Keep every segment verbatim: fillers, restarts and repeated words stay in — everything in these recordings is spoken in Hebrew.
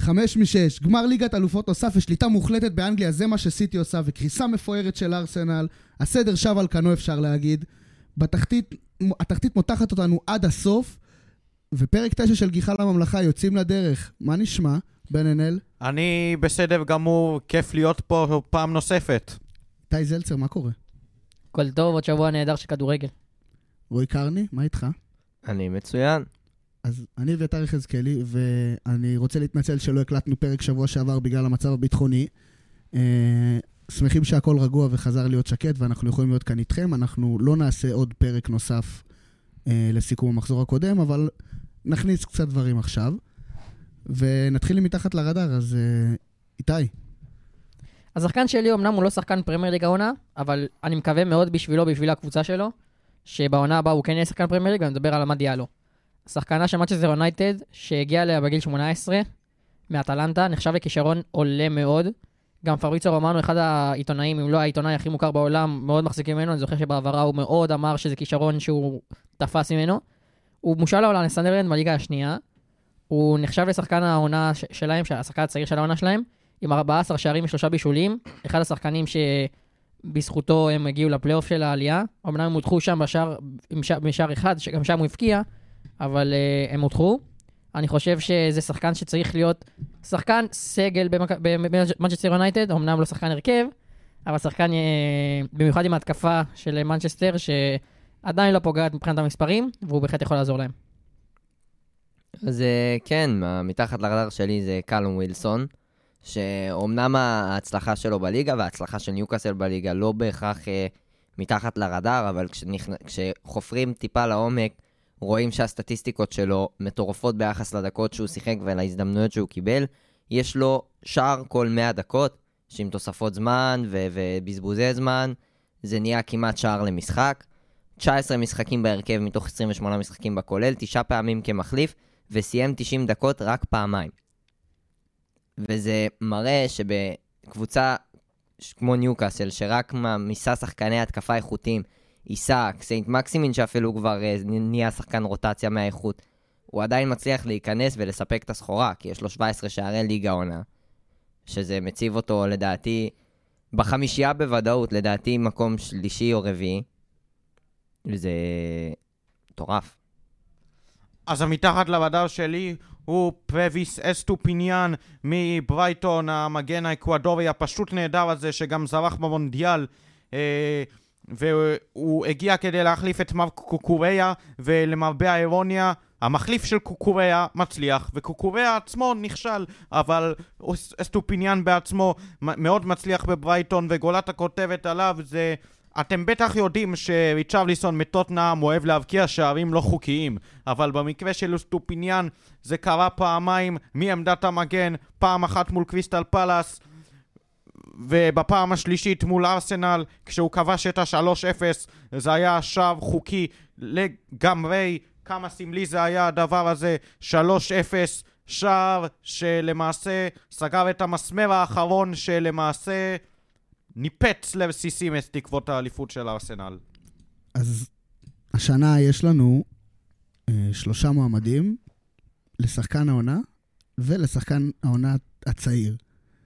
חמש משש, גמר ליגת אלופות נוסף ושליטה מוחלטת באנגליה, זה מה שסיטי עושה, וקריסה מפוארת של ארסנל, הסדר שב על כנו אפשר להגיד, בתחתית, התחתית מותחת אותנו עד הסוף, ופרק תשע של גיחה לממלכה יוצאים לדרך. מה נשמע, בן אנל? אני בסדר גמור, כיף להיות פה פעם נוספת. איתי זלצר, מה קורה? כל טוב, עוד שבוע נהדר של כדורגל. רועי קרני, מה איתך? אני מצוין. אז אני ואתר יחזקאלי, ואני רוצה להתנצל שלא הקלטנו פרק שבוע שעבר בגלל המצב הביטחוני. שמחים שהכל רגוע וחזר להיות שקט, ואנחנו יכולים להיות כאן איתכם. אנחנו לא נעשה עוד פרק נוסף לסיכום המחזור הקודם, אבל נכניס קצת דברים עכשיו. ונתחיל מתחת לרדאר, אז איתי. השחקן שלי אמנם הוא לא שחקן פרמייר ליג העונה, אבל אני מקווה מאוד בשבילו, בשביל הקבוצה שלו, שבעונה הבאה הוא כן יהיה שחקן פרמייר ליג, ואני מדבר על עמד דיאלו. השחקנה של מנצ'סטר יונייטד, שהגיע אליה בגיל שמונה עשרה, מאטלנטה, נחשב לכישרון עולה מאוד. גם פבריצו רומנו, אחד העיתונאים, אם לא העיתונאי הכי מוכר בעולם, מאוד מחזיקים ממנו. אני זוכר שבעברה הוא מאוד אמר שזה כישרון שהוא תפס ממנו. הוא מושל לעולם לסנדרלנד בליגה השנייה. הוא נחשב לשחקן העונה שלהם, השחקן הצעיר של העונה שלהם, עם ארבעה עשר שערים ושלושה בישולים. אחד השחקנים שבזכותו הם הגיעו לפלייאוף של העלייה. אמנם הם הודחו שם בשער, בשער אחד, שגם שם הוא הפקיע, אבל uh, הם הודחו. אני חושב שזה שחקן שצריך להיות שחקן סגל במנצ'סטר יונייטד, אמנם לא שחקן הרכב, אבל שחקן במיוחד עם ההתקפה של מנצ'סטר, שעדיין לא פוגעת מבחינת המספרים, והוא בהחלט יכול לעזור להם. אז כן, מתחת לרדאר שלי זה קלום ווילסון, שאומנם ההצלחה שלו בליגה וההצלחה של ניוקאסל בליגה לא בהכרח מתחת לרדאר, אבל כשחופרים טיפה לעומק, רואים שהסטטיסטיקות שלו מטורפות ביחס לדקות שהוא שיחק ולהזדמנויות שהוא קיבל. יש לו שער כל מאה דקות, שעם תוספות זמן ו- ובזבוזי זמן, זה נהיה כמעט שער למשחק. תשע עשרה משחקים בהרכב מתוך עשרים ושמונה משחקים בכולל, תשע פעמים כמחליף, וסיים תשעים דקות רק פעמיים. וזה מראה שבקבוצה כמו ניוקאסל, שרק מעמיסה שחקני התקפה איכותיים, איסק, סיינט מקסימין שאפילו כבר נהיה שחקן רוטציה מהאיכות, הוא עדיין מצליח להיכנס ולספק את הסחורה, כי יש לו שבע עשרה שערי ליגה עונה, שזה מציב אותו לדעתי, בחמישייה בוודאות, לדעתי מקום שלישי או רביעי, וזה מטורף. אז המתחת לרדאר שלי הוא פרוויס אסטופיניאן מברייטון, המגן האקוודורי הפשוט נהדר הזה, שגם זרח במונדיאל, אה... והוא הגיע כדי להחליף את מר קוקוריה, ולמרבה האירוניה, המחליף של קוקוריה מצליח, וקוקוריה עצמו נכשל, אבל אסטופיניאן בעצמו מאוד מצליח בברייטון, וגולת הכותבת עליו זה, אתם בטח יודעים שריצ'רליסון מטוטנהאם אוהב להבקיע שערים לא חוקיים, אבל במקרה של אסטופיניאן זה קרה פעמיים מעמדת המגן, פעם אחת מול קריסטל פלאס, ובפעם השלישית מול ארסנל, כשהוא כבש את ה-שלוש אפס, זה היה שער חוקי לגמרי. כמה סמלי זה היה הדבר הזה, שלוש אפס, שער שלמעשה סגר את המסמר האחרון, שלמעשה ניפץ לרסיסים את תקוות האליפות של ארסנל. אז השנה יש לנו אה, שלושה מועמדים לשחקן העונה ולשחקן העונה הצעיר,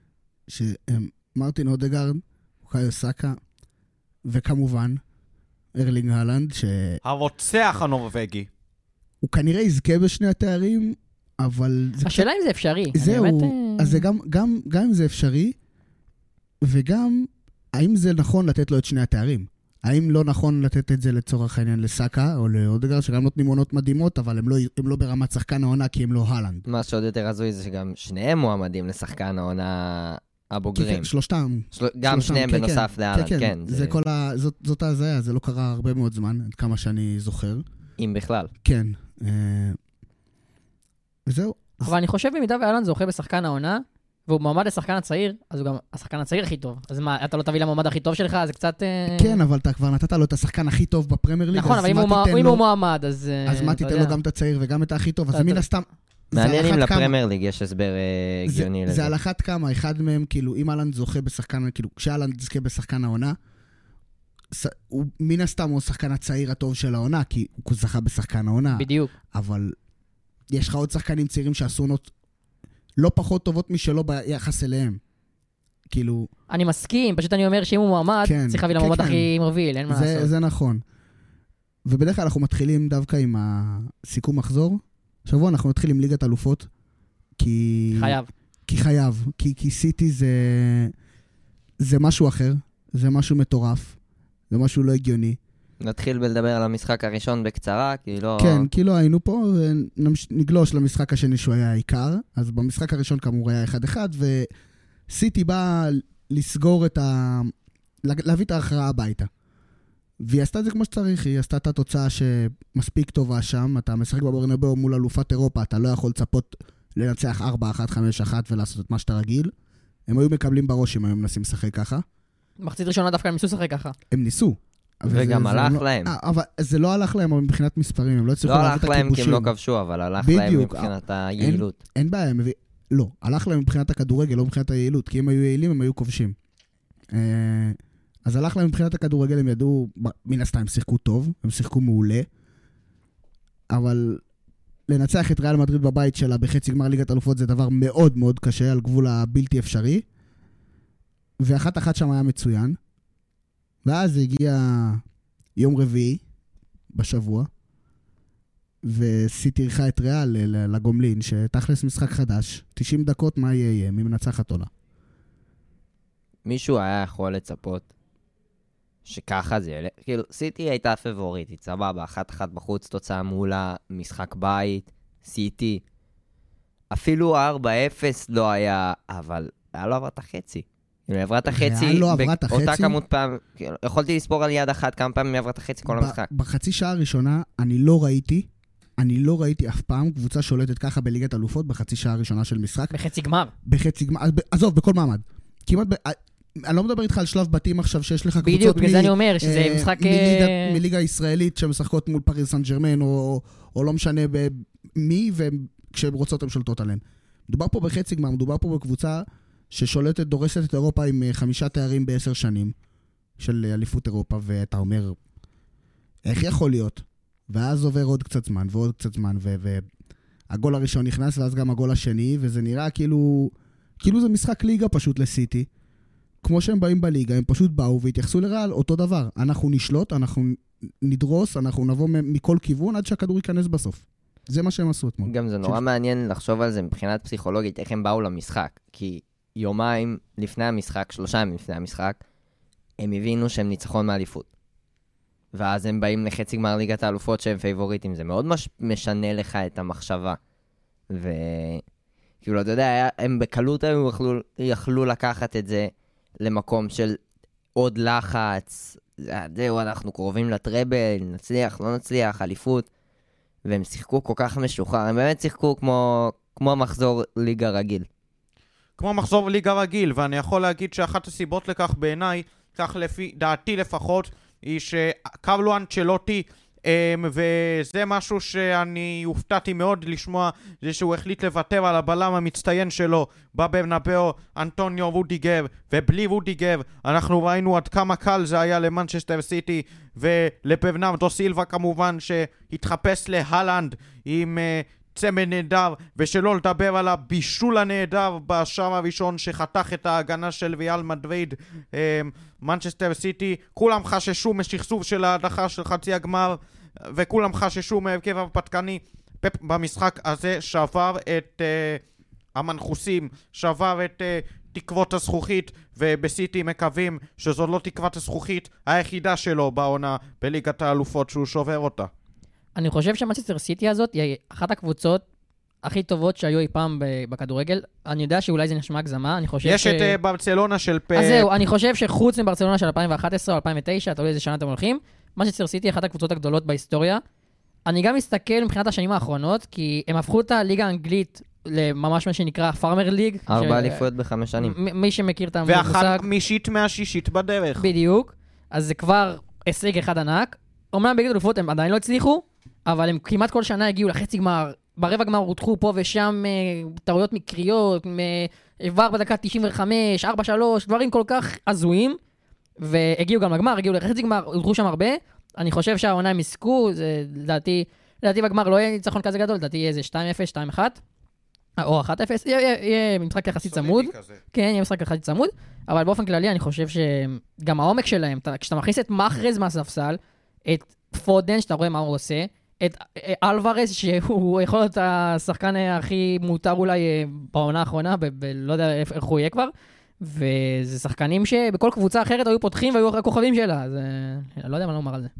שהם מרטין אודגרד, בוקאיו סאקה, וכמובן, ארלינג הלנד, ש... הרוצח הנורווגי. הוא כנראה יזכה בשני התארים, אבל... השאלה אם זה אפשרי. זהו, אז זה גם, גם, גם אם זה אפשרי, וגם, האם זה נכון לתת לו את שני התארים? האם לא נכון לתת את זה לצורך העניין לסאקה, או לאודגרד, שגם נותנים עונות מדהימות, אבל הם לא, הם לא ברמת שחקן העונה, כי הם לא הלנד. מה שעוד יותר הזוי זה שגם שניהם מועמדים לשחקן העונה... הבוגרים. שלושתם. גם שניהם בנוסף להלנד, כן. זאת ההזיה, זה לא קרה הרבה מאוד זמן, עד כמה שאני זוכר. אם בכלל. כן. וזהו. אבל אני חושב במידה והלנד זוכה בשחקן העונה, והוא מועמד לשחקן הצעיר, אז הוא גם השחקן הצעיר הכי טוב. אז מה, אתה לא תביא למועמד הכי טוב שלך, זה קצת... כן, אבל אתה כבר נתת לו את השחקן הכי טוב בפרמייר ליג. נכון, אבל אם הוא מועמד, אז... אז מה תיתן לו גם את הצעיר וגם את הכי טוב, אז מן הסתם... מעניין אם לפרמייר ליג יש הסבר הגיוני לזה. זה על אחת כמה, אחד מהם, כאילו, אם הלנד זוכה בשחקן, כאילו, כשהלנד זוכה בשחקן העונה, הוא מן הסתם הוא השחקן הצעיר הטוב של העונה, כי הוא זכה בשחקן העונה. בדיוק. אבל יש לך עוד שחקנים צעירים שעשו עונות לא פחות טובות משלו ביחס אליהם. כאילו... אני מסכים, פשוט אני אומר שאם הוא מועמד, כן, צריך להביא למועמד כן, הכי מוביל, אין מה זה, לעשות. זה נכון. ובדרך כלל אנחנו מתחילים דווקא עם הסיכום מחזור. שבוע אנחנו נתחיל עם ליגת אלופות, כי... חייב. כי חייב. כי, כי סיטי זה... זה משהו אחר. זה משהו מטורף. זה משהו לא הגיוני. נתחיל בלדבר על המשחק הראשון בקצרה, כי לא... כן, כי לא היינו פה, ונגלוש למשחק השני שהוא היה העיקר. אז במשחק הראשון כאמור היה אחד אחד, וסיטי בא לסגור את ה... להביא את ההכרעה הביתה. והיא עשתה את זה כמו שצריך, היא עשתה את התוצאה שמספיק טובה שם, אתה משחק בברנבאו מול אלופת אירופה, אתה לא יכול לצפות לנצח ארבע אחת, חמש אחת ולעשות את מה שאתה רגיל. הם היו מקבלים בראש אם היו מנסים לשחק ככה. מחצית ראשונה דווקא הם ניסו לשחק ככה. הם ניסו. וגם זה, הלך זה להם. לא, אבל זה לא הלך להם מבחינת מספרים, הם לא הצליחו לא להביא את הלך להם כי הכיבושים. הם לא כבשו, אבל הלך בדיוק. להם מבחינת היעילות. אין, אין בעיה, הם הביא... לא, הלך להם מבחינת הכדורגל, לא מבחינת היעילות, כי אם היו יעילים הם היו כובשים. אז הלך להם מבחינת הכדורגל, הם ידעו, מן הסתם הם שיחקו טוב, הם שיחקו מעולה, אבל לנצח את ריאל מדריד בבית שלה בחצי גמר ליגת אלופות זה דבר מאוד מאוד קשה, על גבול הבלתי אפשרי, ואחת אחת שם היה מצוין, ואז הגיע יום רביעי בשבוע, וסיטי אירחה את ריאל לגומלין, שתכלס משחק חדש, תשעים דקות מה יהיה, מי מנצחת עולה. מישהו היה יכול לצפות שככה זה יהיה, כאילו, סיטי הייתה פבוריטית, סבבה, אחת אחת בחוץ, תוצאה מולה, משחק בית, סיטי, אפילו ארבע אפס לא היה, אבל היה לא עברת החצי. כאילו, עברת החצי, לא עברת החצי. אותה כמות פעם, כאילו, יכולתי לספור על יד אחת כמה פעמים עברת החצי כל המשחק. בחצי שעה הראשונה, אני לא ראיתי, אני לא ראיתי אף פעם קבוצה שולטת ככה בליגת אלופות בחצי שעה הראשונה של משחק. בחצי גמר. בחצי גמר, עזוב, בכל מעמד. כמעט ב... אני לא מדבר איתך על שלב בתים עכשיו שיש לך קבוצות בדיוק, בגלל זה אני אומר שזה משחק... מליגה ישראלית שמשחקות מול פריז סן ז'רמן, או, או לא משנה מי, וכשהן רוצות הן שולטות עליהן. מדובר פה בחצי גמר, מדובר פה בקבוצה ששולטת, דורסת את אירופה עם חמישה תארים בעשר שנים של אליפות אירופה, ואתה אומר, איך יכול להיות? ואז עובר עוד קצת זמן, ועוד קצת זמן, והגול הראשון נכנס, ואז גם הגול השני, וזה נראה כאילו, כאילו זה משחק ליגה פשוט לסיטי. כמו שהם באים בליגה, הם פשוט באו והתייחסו לריאל, אותו דבר. אנחנו נשלוט, אנחנו נדרוס, אנחנו נבוא מכל כיוון עד שהכדור ייכנס בסוף. זה מה שהם עשו אתמול. גם זה נורא מעניין לחשוב על זה מבחינת פסיכולוגית, איך הם באו למשחק. כי יומיים לפני המשחק, שלושה ימים לפני המשחק, הם הבינו שהם ניצחון מאליפות. ואז הם באים לחצי גמר ליגת האלופות שהם פייבוריטים. זה מאוד מש... משנה לך את המחשבה. וכאילו, אתה יודע, הם בקלות היו יכלו, יכלו לקחת את זה למקום של עוד לחץ, זהו, אנחנו קרובים לטראבל, נצליח, לא נצליח, אליפות, והם שיחקו כל כך משוחרר, הם באמת שיחקו כמו, כמו מחזור ליגה רגיל. כמו מחזור ליגה רגיל, ואני יכול להגיד שאחת הסיבות לכך בעיניי, כך לפי דעתי לפחות, היא שקרלו אנצ'לוטי, וזה משהו שאני הופתעתי מאוד לשמוע, זה שהוא החליט לוותר על הבלם המצטיין שלו בברנבאו, אנטוניו רודיגר, ובלי רודיגר אנחנו ראינו עד כמה קל זה היה למנצ'סטר סיטי, ולברנרדו סילבה כמובן שהתחפש להלנד עם uh, צמד נהדר, ושלא לדבר על הבישול הנהדר בשער הראשון שחתך את ההגנה של ריאל מדריד. מנצ'סטר סיטי, כולם חששו משחסוף של ההדחה של חצי הגמר, וכולם חששו מהרכב הפתקני. פפ במשחק הזה שבר את uh, המנחוסים, שבר את uh, תקוות הזכוכית, ובסיטי מקווים שזו לא תקוות הזכוכית היחידה שלו בעונה בליגת האלופות שהוא שובר אותה. אני חושב שמנצ'סטר סיטי הזאת היא אחת הקבוצות הכי טובות שהיו אי פעם בכדורגל. אני יודע שאולי זה נשמע הגזמה, אני חושב יש ש... את uh, ברצלונה של פפ. אז זהו, אני חושב שחוץ מברצלונה של אלפיים ואחת עשרה או אלפיים ותשע, תלוי איזה שנה אתם הולכים, מנצ'סטר סיטי היא אחת הקבוצות הגדולות בהיסטוריה. אני גם מסתכל מבחינת השנים האחרונות, כי הם הפכו את הליגה האנגלית לממש מה שנקרא פארמר ליג. ארבע אליפויות בחמש שנים. מי שמכיר את המושג. ואחת חמישית מהשישית בדרך. בדיוק. אז זה כבר הישג אחד ענק. אומנם בליגת האלופות הם עדיין לא הצליחו, אבל הם כמעט כל שנה הגיעו לחצי גמר. ברבע גמר הודחו פה ושם טעויות מקריות, עבר בדקה תשעים וחמש, ארבע שלוש, דברים כל כך הזויים, והגיעו גם לגמר, הגיעו לחצי גמר, הודחו שם הרבה. אני חושב שהעונה הם עסקו, זה לדעתי, לדעתי בגמר לא יהיה ניצחון כזה גדול, לדעתי יהיה איזה שתיים אפס, שתיים אחת. או אחת אפס, יהיה- יהיה יהיה משחק יחסית צמוד. כן, יהיה משחק יחסית צמוד, אבל באופן כללי אני חושב שגם העומק שלהם, אתה- כשאתה מכניס את מחרז מהספסל, את פודן, שאתה רואה מה הוא עושה, את אה, אלוורז, שהוא יכול להיות השחקן הכי מותר אולי אה, בעונה האחרונה, ב- ב- לא יודע איך איך הוא יהיה כבר, וזה שחקנים שבכל קבוצה אחרת היו פותחים והיו הכוכבים שלה, אז אה, אני לא יודע מה לומר על זה.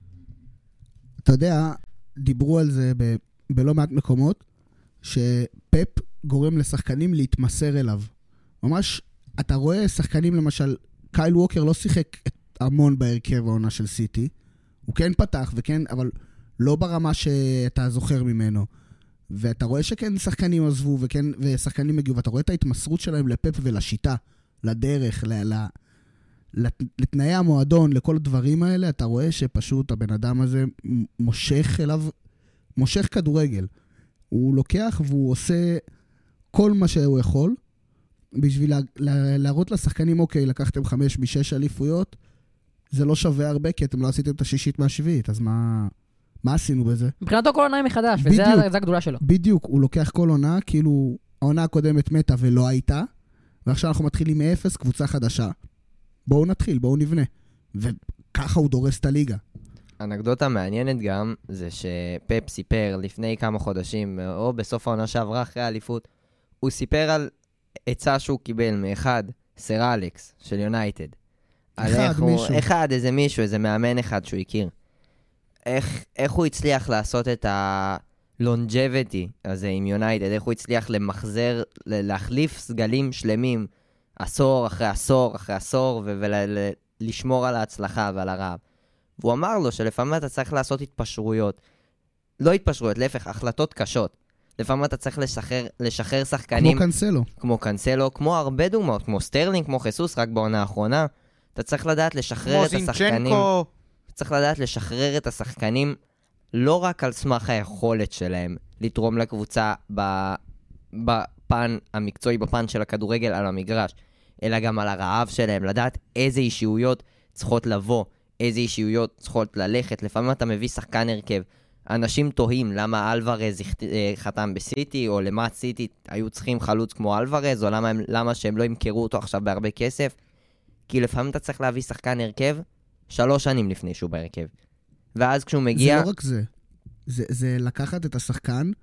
אתה יודע, דיברו על זה ב- בלא מעט מקומות, שפפ גורם לשחקנים להתמסר אליו. ממש, אתה רואה שחקנים למשל, קייל ווקר לא שיחק המון בהרכב העונה של סיטי, הוא כן פתח וכן, אבל לא ברמה שאתה זוכר ממנו. ואתה רואה שכן שחקנים עזבו וכן, ושחקנים הגיעו, ואתה רואה את ההתמסרות שלהם לפפ ולשיטה, לדרך, ל, ל, לתנאי המועדון, לכל הדברים האלה, אתה רואה שפשוט הבן אדם הזה מושך אליו, מושך כדורגל. הוא לוקח והוא עושה כל מה שהוא יכול, בשביל לה, לה, להראות לשחקנים, אוקיי, לקחתם חמש משש אליפויות, זה לא שווה הרבה, כי אתם לא עשיתם את השישית מהשביעית, אז מה, מה עשינו בזה? מבחינתו כל עונה היא מחדש, וזה בדיוק. זה הגדולה שלו. בדיוק, הוא לוקח כל עונה, כאילו העונה הקודמת מתה ולא הייתה, ועכשיו אנחנו מתחילים מאפס, קבוצה חדשה. בואו נתחיל, בואו נבנה. וככה הוא דורס את הליגה. אנקדוטה מעניינת גם, זה שפפ סיפר לפני כמה חודשים, או בסוף העונה שעברה אחרי האליפות, הוא סיפר על עצה שהוא קיבל מאחד, סר אלכס, של יונייטד. אחד, מישהו. אחד, איזה מישהו, איזה מאמן אחד שהוא הכיר. איך, איך הוא הצליח לעשות את ה-longevity הזה עם יונייטד, איך הוא הצליח למחזר, להחליף סגלים שלמים, עשור אחרי עשור אחרי עשור, ולשמור על ההצלחה ועל הרעב. והוא אמר לו שלפעמים אתה צריך לעשות התפשרויות. לא התפשרויות, להפך, החלטות קשות. לפעמים אתה צריך לשחרר, לשחרר שחקנים... כמו קנסלו. כמו קנסלו, כמו הרבה דוגמאות, כמו סטרלינג, כמו חיסוס, רק בעונה האחרונה. אתה צריך לדעת לשחרר את השחקנים... צריך לדעת לשחרר את השחקנים לא רק על סמך היכולת שלהם לתרום לקבוצה בפן המקצועי, בפן של הכדורגל על המגרש, אלא גם על הרעב שלהם, לדעת איזה אישיויות צריכות לבוא, איזה אישיויות צריכות ללכת. לפעמים אתה מביא שחקן הרכב, אנשים תוהים למה אלוורז חתם בסיטי, או למה סיטי היו צריכים חלוץ כמו אלוורז, או למה, הם, למה שהם לא ימכרו אותו עכשיו בהרבה כסף. כי לפעמים אתה צריך להביא שחקן הרכב שלוש שנים לפני שהוא בהרכב. ואז כשהוא מגיע... זה לא רק זה. זה, זה לקחת את השחקן,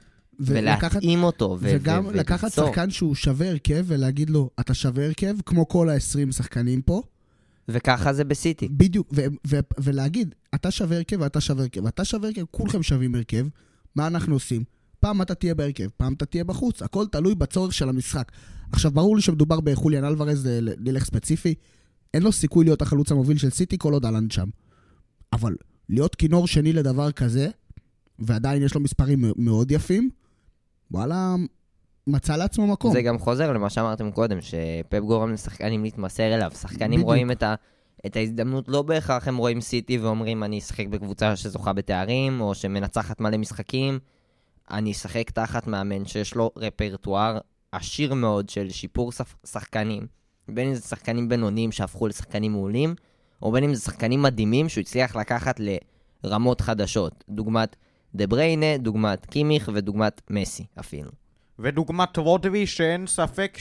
ולהתאים אותו. ו- וגם ו- לקחת וליצור. שחקן שהוא שווה הרכב, ולהגיד לו, אתה שווה הרכב, כמו כל ה-עשרים שחקנים פה. וככה זה בסיטי. בדיוק, ו- ו- ולהגיד, אתה שווה הרכב ואתה שווה הרכב, אתה שווה הרכב, כולכם שווים הרכב, מה אנחנו עושים? פעם אתה תהיה בהרכב, פעם אתה תהיה בחוץ, הכל תלוי בצורך של המשחק. עכשיו, ברור לי שמדובר בחוליאן אלוורז, נלך ספציפי, אין לו סיכוי להיות החלוץ המוביל של סיטי כל עוד אלנד שם. אבל להיות כינור שני לדבר כזה, ועדיין יש לו מספרים מאוד יפים, וואלה, מצא לעצמו מקום. זה גם חוזר למה שאמרתם קודם, שפפ גורם לשחקנים להתמסר אליו. שחקנים בדיוק. רואים את, ה, את ההזדמנות, לא בהכרח הם רואים סיטי ואומרים, אני אשחק בקבוצה שזוכה בתארים, או שמנצחת מלא משחקים. אני אשחק תחת מאמן שיש לו רפרטואר עשיר מאוד של שיפור שחקנים. בין אם זה שחקנים בינוניים שהפכו לשחקנים מעולים, או בין אם זה שחקנים מדהימים שהוא הצליח לקחת לרמות חדשות. דוגמת דה בריינה, דוגמת קימיך ודוגמת מסי אפילו. ודוגמת רודרי, שאין ספק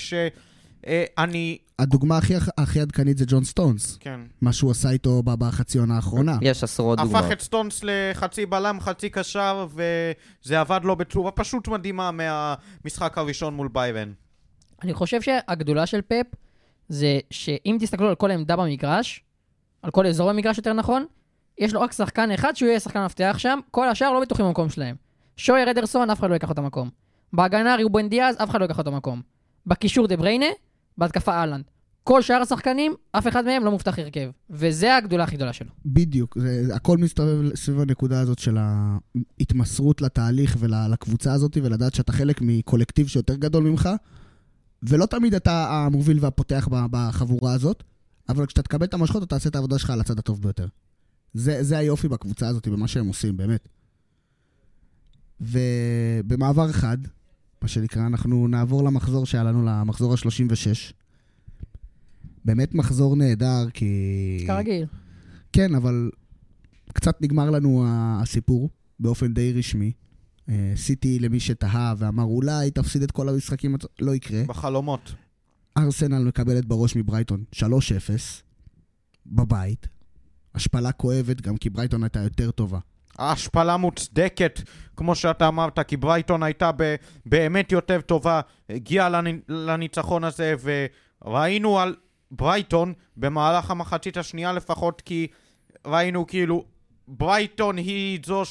שאני... הדוגמה הכי, הכי עדכנית זה ג'ון סטונס. כן. מה שהוא עשה איתו בחצי עונה האחרונה. יש עשרות דוגמאות. הפך את סטונס לחצי בלם, חצי קשר, וזה עבד לו בצורה פשוט מדהימה מהמשחק הראשון מול ביירן. אני חושב שהגדולה של פפ זה שאם תסתכלו על כל העמדה במגרש, על כל אזור במגרש יותר נכון, יש לו רק שחקן אחד שהוא יהיה שחקן מפתח שם, כל השאר לא בטוחים במקום שלהם. שויר אדרסון, אף אחד לא ייקח אותו מקום. בהגנה ריובן דיאז, אף אחד לא ייקח אותו מקום. בקישור דה בריינה, בהתקפה אלנד. כל שאר השחקנים, אף אחד מהם לא מובטח הרכב. וזה הגדולה הכי גדולה שלו. בדיוק, זה, הכל מסתובב סביב הנקודה הזאת של ההתמסרות לתהליך ולקבוצה הזאת, ולדעת שאתה חלק מקולקטיב שיותר גדול ממך, ולא תמיד אתה המוביל והפותח בחבורה הזאת, אבל כשאתה תקבל את המשכות, אתה תעשה את העבודה שלך על הצד הטוב ביותר. זה, זה היופי בקבוצה הזאת, במה שהם עושים, באמת. ובמעבר אחד, מה שנקרא, אנחנו נעבור למחזור שהיה לנו, למחזור ה-שלושים ושש. באמת מחזור נהדר, כי... כרגיל. כן, אבל קצת נגמר לנו הסיפור, באופן די רשמי. סיטי למי שתהה ואמר אולי תפסיד את כל המשחקים, לא יקרה. בחלומות. ארסנל מקבלת בראש מברייטון שלוש אפס בבית. השפלה כואבת גם כי ברייטון הייתה יותר טובה. ההשפלה מוצדקת, כמו שאתה אמרת, כי ברייטון הייתה ב- באמת יותר טובה, הגיעה לנ- לניצחון הזה, וראינו על ברייטון במהלך המחצית השנייה לפחות, כי ראינו כאילו ברייטון היא זו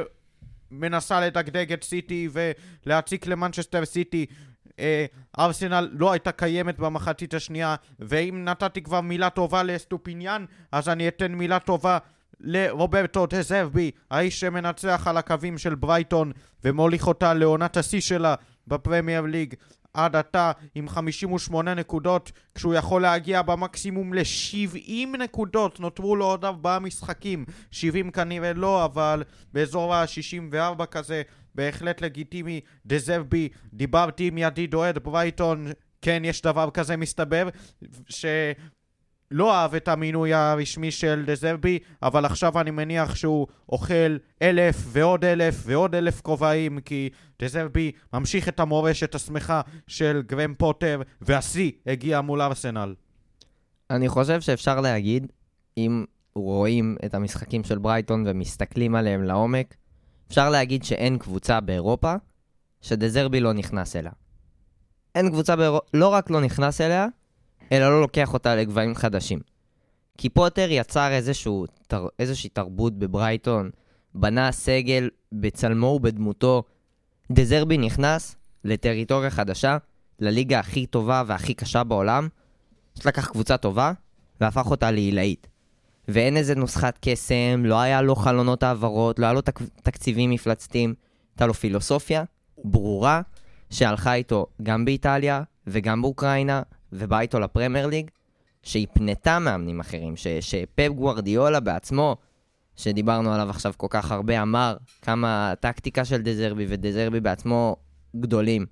שמנסה לדגדג את סיטי ולהציק למנצ'סטר סיטי. ארסנל לא הייתה קיימת במחצית השנייה, ואם נתתי כבר מילה טובה לאסטופיניאן, אז אני אתן מילה טובה לרוברטו דה זרבי, האיש שמנצח על הקווים של ברייטון ומוליך אותה לעונת השיא שלה בפרמייר ליג עד עתה עם חמישים ושמונה נקודות, כשהוא יכול להגיע במקסימום ל-שבעים נקודות. נותרו לו עוד ארבעה משחקים, שבעים כנראה לא, אבל באזור ה-שישים וארבע כזה, בהחלט לגיטימי. דה זרבי, דיברתי עם ידיד אוהד ברייטון, כן, יש דבר כזה מסתבר, ש... לא אהב את המינוי הרשמי של דה זרבי, אבל עכשיו אני מניח שהוא אוכל אלף ועוד אלף ועוד אלף כובעים, כי דה זרבי ממשיך את המורשת השמחה של גרם פוטר, והשיא הגיע מול ארסנל. אני חושב שאפשר להגיד, אם רואים את המשחקים של ברייטון ומסתכלים עליהם לעומק, אפשר להגיד שאין קבוצה באירופה שדה זרבי לא נכנס אליה. אין קבוצה באירופה, לא רק לא נכנס אליה, אלא לא לוקח אותה לגבהים חדשים. כי פוטר יצר איזשהו, תר, איזושהי תרבות בברייטון, בנה סגל בצלמו ובדמותו. דה זרבי נכנס לטריטוריה חדשה, לליגה הכי טובה והכי קשה בעולם, שלקח קבוצה טובה והפך אותה להילאית. ואין איזה נוסחת קסם, לא היה לו חלונות העברות, לא היה לו תק, תקציבים מפלצתיים, הייתה לו פילוסופיה ברורה, שהלכה איתו גם באיטליה וגם באוקראינה, ובא איתו לפרמייר ליג, שהיא פנתה מאמנים אחרים, ש- שפפ גוארדיולה בעצמו, שדיברנו עליו עכשיו כל כך הרבה, אמר כמה הטקטיקה של דה זרבי ודה זרבי בעצמו גדולים.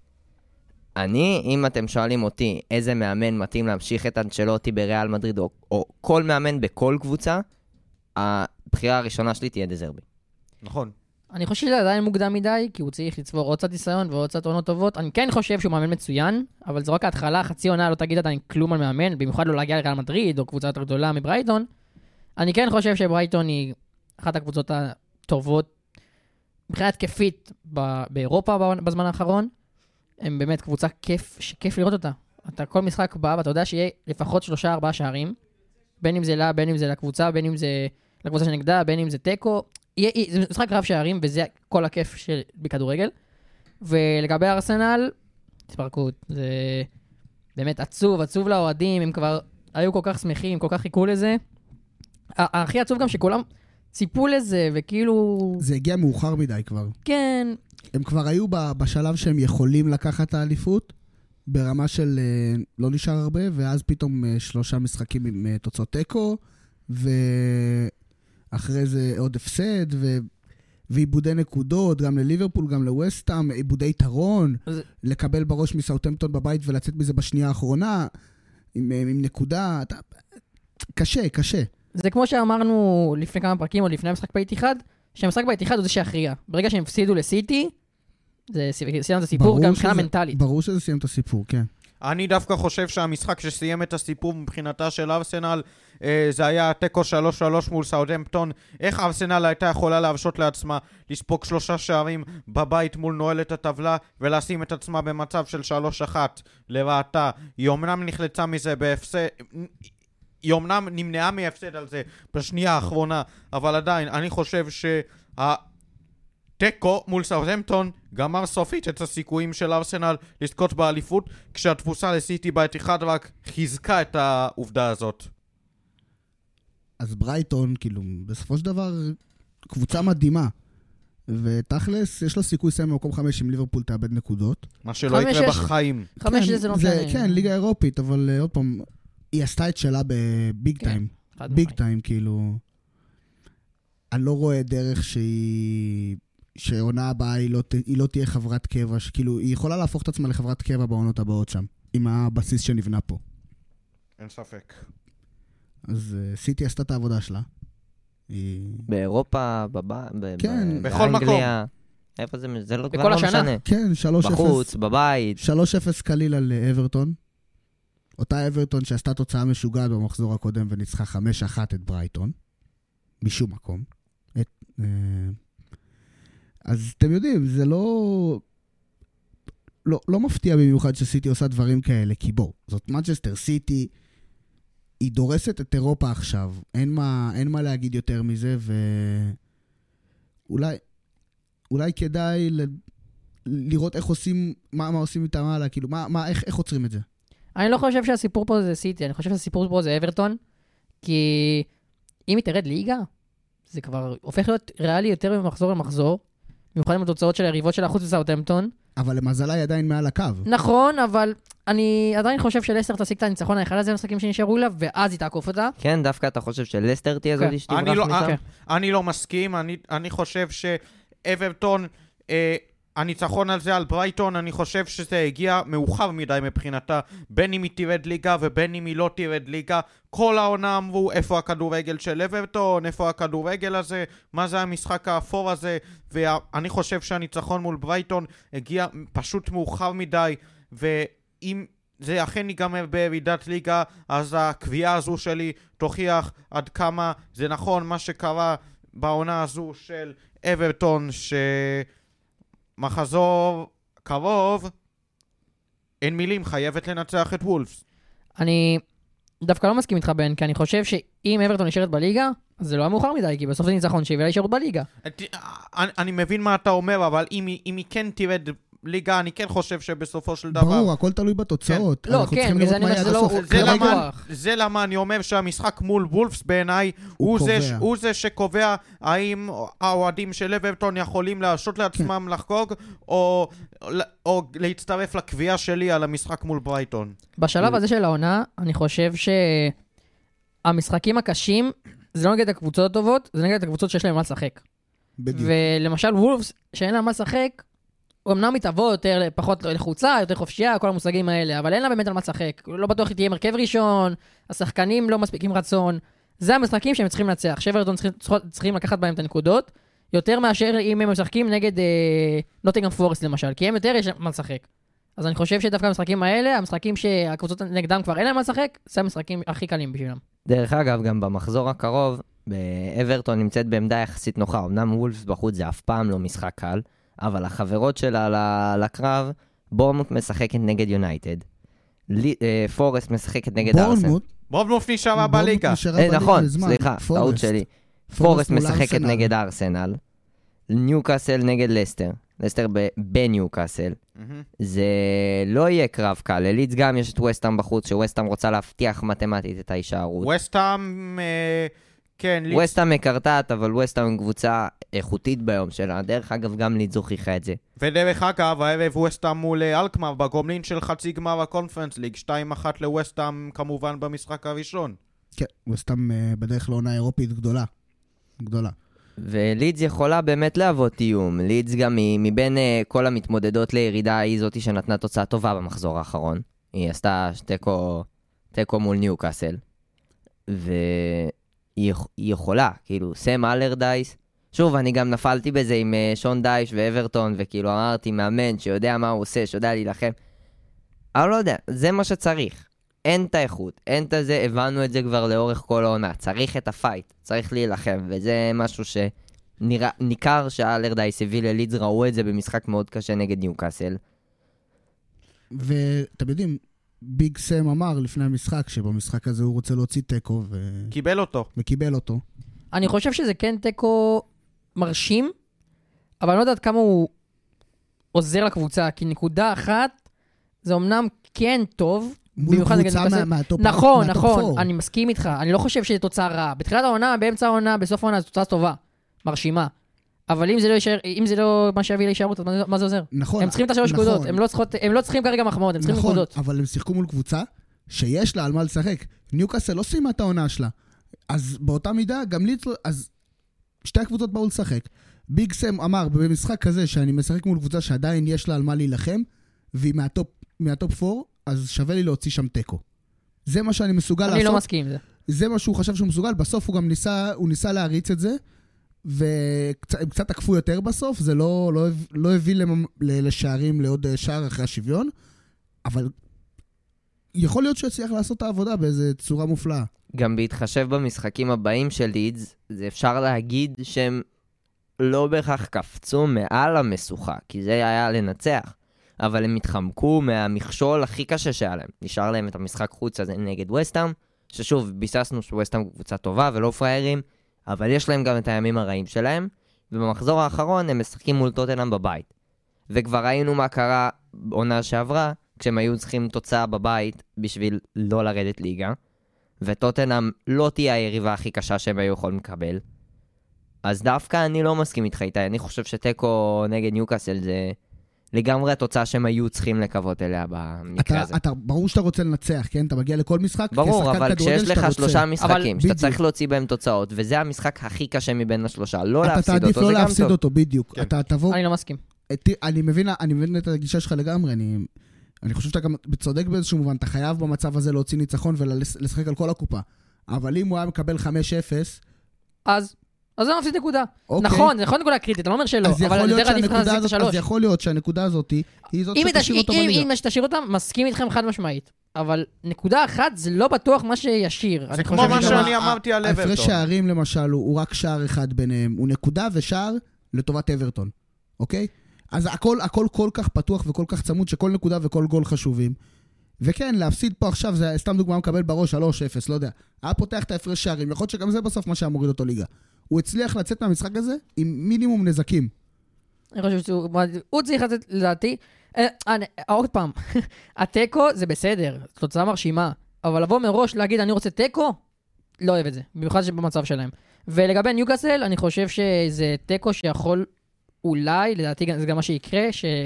אני, אם אתם שואלים אותי איזה מאמן מתאים להמשיך את אנצ'לוטי בריאל מדריד, או, או כל מאמן בכל קבוצה, הבחירה הראשונה שלי תהיה דה זרבי. נכון. אני חושב שזה עדיין מוקדם מדי, כי הוא צריך לצבור עוד קצת ניסיון ועוד קצת עונות טובות. אני כן חושב שהוא מאמן מצוין, אבל זה רק ההתחלה, חצי עונה לא תגיד עדיין כלום על מאמן, במיוחד לא להגיע לריאל מדריד או קבוצה יותר גדולה מברייטון. אני כן חושב שברייטון היא אחת הקבוצות הטובות מבחינה התקפית באירופה בזמן האחרון. הם באמת קבוצה כיף, שכיף לראות אותה. אתה כל משחק בא ואתה יודע שיהיה לפחות שלושה ארבעה שערים, בין אם זה לה, בין אם זה לקבוצה, בין אם זה לקבוצה שנגדה, בין אם זה טקו. זה משחק רב שערים, וזה כל הכיף של בכדורגל. ולגבי ארסנל, התפרקות. זה באמת עצוב, עצוב לאוהדים, הם כבר היו כל כך שמחים, כל כך חיכו לזה. הכי עצוב גם שכולם ציפו לזה, וכאילו... זה הגיע מאוחר מדי כבר. כן. הם כבר היו בשלב שהם יכולים לקחת את האליפות, ברמה של לא נשאר הרבה, ואז פתאום שלושה משחקים עם תוצאות טקו, ו... אחרי זה עוד הפסד, ו... ועיבודי נקודות, גם לליברפול, גם לווסטהאם, עיבודי יתרון, זה... לקבל בראש מסאות'המפטון בבית ולצאת מזה בשנייה האחרונה, עם, עם נקודה, אתה... קשה, קשה. זה כמו שאמרנו לפני כמה פרקים, או לפני המשחק באיתיחד, שהמשחק באיתיחד הוא זה שהכריע. ברגע שהם הפסידו לסיטי, זה סיים את הסיפור גם מבחינה מנטלית. ברור שזה סיים את הסיפור, כן. אני דווקא חושב שהמשחק שסיים את הסיפור מבחינתה של ארסנל, אה, זה היה טקו שלוש שלוש מול סאות'המפטון. איך ארסנל הייתה יכולה להרשות לעצמה לספוג שלושה שערים בבית מול נועלת הטבלה ולשים את עצמה במצב של שלוש אחת לרעתה? היא אומנם נחלצה מזה בהפסד, היא אומנם נמנעה מהפסד על זה בשנייה האחרונה, אבל עדיין אני חושב שה... טקו מול סאות'המפטון גמר סופית את הסיכויים של ארסנל לזכות באליפות, כשהתבוסה לסיטי באיתיחד רק חיזקה את העובדה הזאת. אז ברייטון, כאילו, בסופו של דבר, קבוצה מדהימה. ותכלס, יש לה סיכוי לסיים במקום חמש אם ליברפול תאבד נקודות. מה שלא יקרה בחיים. חמש זה לא משנה. כן, ליגה אירופית, אבל עוד פעם, היא עשתה את שלה בביג טיים. ביג טיים, כאילו... אני לא רואה דרך שהיא... שעונה הבאה היא לא, היא לא תהיה חברת קבע, שכאילו היא יכולה להפוך את עצמה לחברת קבע בעונות הבאות שם, עם הבסיס שנבנה פה. אין ספק. אז uh, סיטי עשתה את העבודה שלה. היא... באירופה, בבא, כן. ב- בכל מקום. איפה זה, זה לא, בכל כבר לא השנה. משנה. כן, שלוש אפס. בחוץ, בבית. שלוש אפס קליל על אברטון. אותה אברטון שעשתה תוצאה משוגעת במחזור הקודם וניצחה חמש אחת את ברייטון. משום מקום. את, אה, אז אתם יודעים, זה לא... לא, לא מפתיע במיוחד שסיטי עושה דברים כאלה, כי בוא, זאת מנצ'סטר סיטי, היא דורסת את אירופה עכשיו, אין מה, אין מה להגיד יותר מזה, ואולי אולי כדאי ל... לראות איך עושים, מה, מה עושים איתם הלאה, כאילו, מה, מה, איך, איך עוצרים את זה? אני לא חושב שהסיפור פה זה סיטי, אני חושב שהסיפור פה זה אברטון, כי אם היא תרד ליגה, זה כבר הופך להיות ריאלי יותר ממחזור למחזור, במיוחד עם התוצאות של היריבות של החוץ וסאות'המפטון. אבל למזלה היא עדיין מעל הקו. נכון, אבל אני עדיין חושב שלסטר תשיג את הניצחון האחד הזה במשחקים שנשארו לה, ואז היא תעקוף אותה. כן, דווקא אתה חושב שלסטר תהיה כן. זאת שתברח אני לא- משם? אה, אני לא מסכים, אני, אני חושב שאברטון, אה, הניצחון על זה על ברייטון, אני חושב שזה הגיע מאוחר מדי מבחינתה, בין אם היא תירד ליגה ובין אם היא לא תירד ליגה. כל העונה אמרו איפה הכדורגל של אברטון, איפה הכדורגל הזה, מה זה המשחק האפור הזה, ואני חושב שהניצחון מול ברייטון הגיע פשוט מאוחר מדי, ואם זה אכן ייגמר בירידת ליגה, אז הקביעה הזו שלי תוכיח עד כמה זה נכון מה שקרה בעונה הזו של אברטון, שמחזור קרוב, אין מילים, חייבת לנצח את וולפס. אני דווקא לא מסכים איתך בן, כי אני חושב שאם אברטון נשארת בליגה, אז זה לא היה מאוחר מדי, כי בסוף זה ניצחון שהביא לה הישארות בליגה. אני, אני מבין מה אתה אומר, אבל אם, היא- אם היא כן תרד ליגה, אני כן חושב שבסופו של דבר... ברור, הכל תלוי בתוצאות. לא, אנחנו כן, צריכים בגלל לראות זה מה אני יהיה אומר עד שזה לא- הסוף. זה כרגע- למה, כוח. זה למה אני אומר שהמשחק מול וולפס בעיניי הוא, הוא זה, קובע. הוא זה שקובע האם האוהדים של אברטון יכולים להרשות לעצמם לחגוג או, או להצטרף לקביעה שלי על המשחק מול ברייטון. בשלב הזה של העונה, אני חושב שהמשחקים הקשים, זה לא נגד הקבוצות הטובות, זה נגד הקבוצות שיש להם מה לשחק. בדיוק. ולמשל וולפס, שאין להם מה לשחק, אמנם היא תבוא יותר, פחות לחוצה, יותר חופשייה, כל המושגים האלה, אבל אין לה באמת על מה לשחק. לא בטוח היא תהיה מרכב ראשון, השחקנים לא מספיקים רצון. זה המשחקים שהם צריכים לנצח. שאברטון צריכים, צריכים לקחת בהם את הנקודות, יותר מאשר אם הם משחקים נגד נוטינגהאם פורסט למשל, כי הם יותר יש להם מה לשחק. אז אני חושב שדווקא המשחקים האלה, המשחקים שהקבוצות נגדם כבר אין להם מה לשחק, זה המשחקים הכי קלים בשבילם. דרך אגב, גם במחזור הקרוב, אברטון נמצאת בעמדה יחסית נוחה. אמנם וולפס בחוץ זה אף פעם לא משחק קל, אבל החברות שלה ל- לקרב, בורנמוט משחקת נגד יונייטד, לי- אה, פורסט משחקת נגד ארסנל. בורנמוט, ברובנוף נשארה בורנמוט בליגה. נשארה אה, בליגה נכון, לזמן. סליחה, טעות פורסט. שלי. פורסט פורסט מול משחקת ארסנל. נגד ארסנל, ניוקאסל נגד לסטר, לסטר ב- בניוקאסל. מהמם. זה לא יהיה קרב קל. ללידס גם יש את וסטהאם בחוץ, שווסטהאם רוצה להבטיח מתמטית את ההישארות. ווסטהאם, אה, כן, לידס- ווסטהאם מקרטט, אבל ווסטהאם היא קבוצה איכותית ביום שלה. דרך אגב, גם לידס הוכיחה את זה. ודרך אגב, הערב ווסטהאם מול אה, אלקמר בגומלין של חצי גמר הקונפרנס ליג, שתיים אחת לווסטהאם כמובן במשחק הראשון. כן, וסתם אה, בדרך לעונה אירופית גדולה. גדולה. ולידס יכולה באמת להוות איום. לידס גם היא, מבין uh, כל המתמודדות לירידה, היא זאתי שנתנה תוצאה טובה במחזור האחרון. היא עשתה תיקו, תיקו מול ניוקאסל. והיא יכ- היא יכולה, כאילו, סם אלרדייס. שוב, אני גם נפלתי בזה עם uh, שון דייש ואברטון, וכאילו אמרתי, מאמן שיודע מה הוא עושה, שיודע להילחם. אבל לא יודע, זה מה שצריך. אין את האיכות, אין את זה, הבנו את זה כבר לאורך כל העונה. צריך את הפייט, צריך להילחם, וזה משהו שניכר שהאלרדייס הביא ללידס, ראו את זה במשחק מאוד קשה נגד ניוקאסל. ואתם יודעים, ביג סם אמר לפני המשחק, שבמשחק הזה הוא רוצה להוציא טקו, ו... קיבל אותו. וקיבל אותו. אני חושב שזה כן טקו מרשים, אבל אני לא יודעת כמה הוא עוזר לקבוצה, כי נקודה אחת, זה אמנם כן טוב, מול במיוחד נגד קבוצה ניוקאסל. מה- מהטופ נכון, מהטופ נכון, פור. אני מסכים איתך, אני לא חושב שזו תוצאה רעה. בתחילת העונה, באמצע העונה, בסוף העונה, זו תוצאה טובה, מרשימה. אבל אם זה לא יישאר, אם זה לא מה שיביא להישארות, אז מה זה- מה זה עוזר? נכון. הם צריכים את השלוש נכון. נקודות, הם לא צריכות- הם לא צריכים כרגע מחמאות, הם צריכים נכון, נקודות. אבל הם שיחקו מול קבוצה שיש לה על מה לשחק. ניוקאסל לא סיימה את העונה שלה. אז באותה מידה, גם לידס, אז שתי הקבוצות באו לשחק. ביג סם אמר במשחק כזה שאני משחק מול קבוצה שעדיין יש לה על מה להילחם, והיא מהטופ, מהטופ פור, אז שווה לי להוציא שם טקו. זה מה שאני מסוגל אני לעשות. לא מסכים עם זה. זה מה שהוא חשב שהוא מסוגל. בסוף הוא גם ניסה, הוא ניסה להריץ את זה, והם קצת תקפו יותר בסוף, זה לא, לא, לא הביא לשערים לעוד שער אחרי השוויון, אבל יכול להיות שהוא יצליח לעשות את העבודה באיזו צורה מופלאה. גם בהתחשב במשחקים הבאים של לידס, זה אפשר להגיד שהם לא בהכרח קפצו מעל המשוכה, כי זה היה לנצח. אבל הם התחמקו מהמכשול הכי קשה שהיה להם. נשאר להם את המשחק חוץ הזה נגד ווסטהאם, ששוב, ביססנו שווסטהאם קבוצה טובה ולא פריירים, אבל יש להם גם את הימים הרעים שלהם, ובמחזור האחרון הם משחקים מול טוטנהאם בבית. וכבר ראינו מה קרה בעונה שעברה, כשהם היו צריכים תוצאה בבית בשביל לא לרדת ליגה, וטוטנהאם לא תהיה היריבה הכי קשה שהם היו יכולים לקבל. אז דווקא אני לא מסכים איתך איתה, אני חושב שטקו נגד ניוקאסל זה לגמרי התוצאה שהם היו צריכים לקוות אליה במקרה אתה, הזה. אתה, ברור שאתה רוצה לנצח, כן? אתה מגיע לכל משחק. ברור, אבל כשיש לך שלושה משחקים, שאתה בדיוק. צריך להוציא בהם תוצאות, וזה המשחק הכי קשה מבין השלושה, לא אתה להפסיד תעדיף אותו, לא זה גם להפסיד טוב. אותו, בדיוק. כן. אתה תבוא... אני לא מסכים. אני מבין, אני מבין את הגישה שלך לגמרי, אני, אני חושב שאתה גם צודק באיזשהו מובן, אתה חייב במצב הזה להוציא ניצחון ולשחק על כל הקופה. אבל אם הוא היה מקבל חמש אפס... אז... אז זה מפסיד נקודה. אוקיי. נכון, זה יכול נקודה קריטית, אני לא אומר שלא, אבל אני יותר עדיף להחזיק את השלוש. אז יכול להיות שהנקודה הזאת היא זאת שתשאיר אותו בליגה. אם תשאיר אותם, מסכים איתכם חד משמעית. אבל נקודה אחת זה לא בטוח מה שישיר. זה כמו מה שאני אמרתי על אברטון. הפרש שערים למשל הוא רק שער אחד ביניהם, הוא נקודה ושער לטובת אברטון, אוקיי? אז הכל, הכל כל כך פתוח וכל כך צמוד שכל נקודה וכל גול חשובים. וכן, להפסיד פה עכשיו, זה סתם דוגמה מקבל בראש שלוש אפס, לא יודע. היה פותח את ההפרש שערים, יכול להיות שגם זה בסוף מה שהמוריד אותו ליגה. הוא הצליח לצאת מהמשחק הזה עם מינימום נזקים. אני חושב שהוא צריך לצאת, לדעתי, עוד פעם, הטקו זה בסדר, תוצאה מרשימה, אבל לבוא מראש להגיד אני רוצה טקו, לא אוהב את זה, במיוחד שבמצב שלהם. ולגבי ניוקאסל, אני חושב שזה טקו שיכול אולי, לדעתי זה גם מה שיקרה,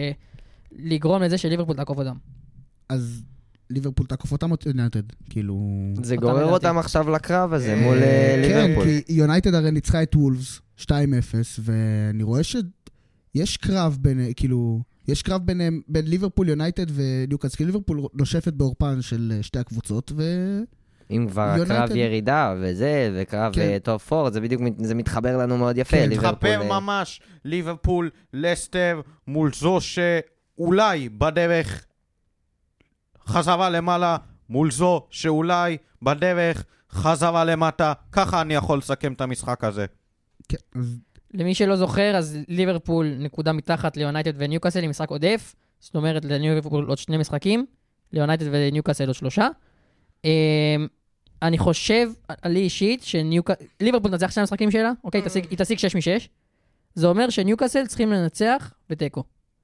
לגרום לזה שליברפול תעקוף אותם. אז ליברפול תעקוף אותם או יונייטד? כאילו... זה גורר אותם עכשיו לקרב הזה מול ליברפול. כן, כי יונייטד הרי ניצחה את וולפס שתיים אפס, ואני רואה שיש קרב בין, כאילו, יש קרב ביניהם, בין ליברפול, יונייטד וניוקאסל, כי ליברפול נושפת באורפן של שתי הקבוצות, ו... אם כבר הקרב ירידה וזה, וקרב טופ פור, זה בדיוק, זה מתחבר לנו מאוד יפה. מתחבר ממש, ליברפול, לסטר, מול זו שאולי בדרך חזרה למעלה, מול זו שאולי בדרך חזרה למטה. ככה אני יכול לסכם את המשחק הזה. למי שלא זוכר, אז ליברפול נקודה מתחת ליונייטד וניוקאסל עם משחק עודף, זאת אומרת לליברפול עוד שני משחקים, ליונייטד וניוקאסל עוד שלושה. אני חושב, לי אישית, שליברפול נצח שני המשחקים שלה, אוקיי, היא תשיג שש משש, זה אומר שניוקאסל צריכים לנצח וטקו.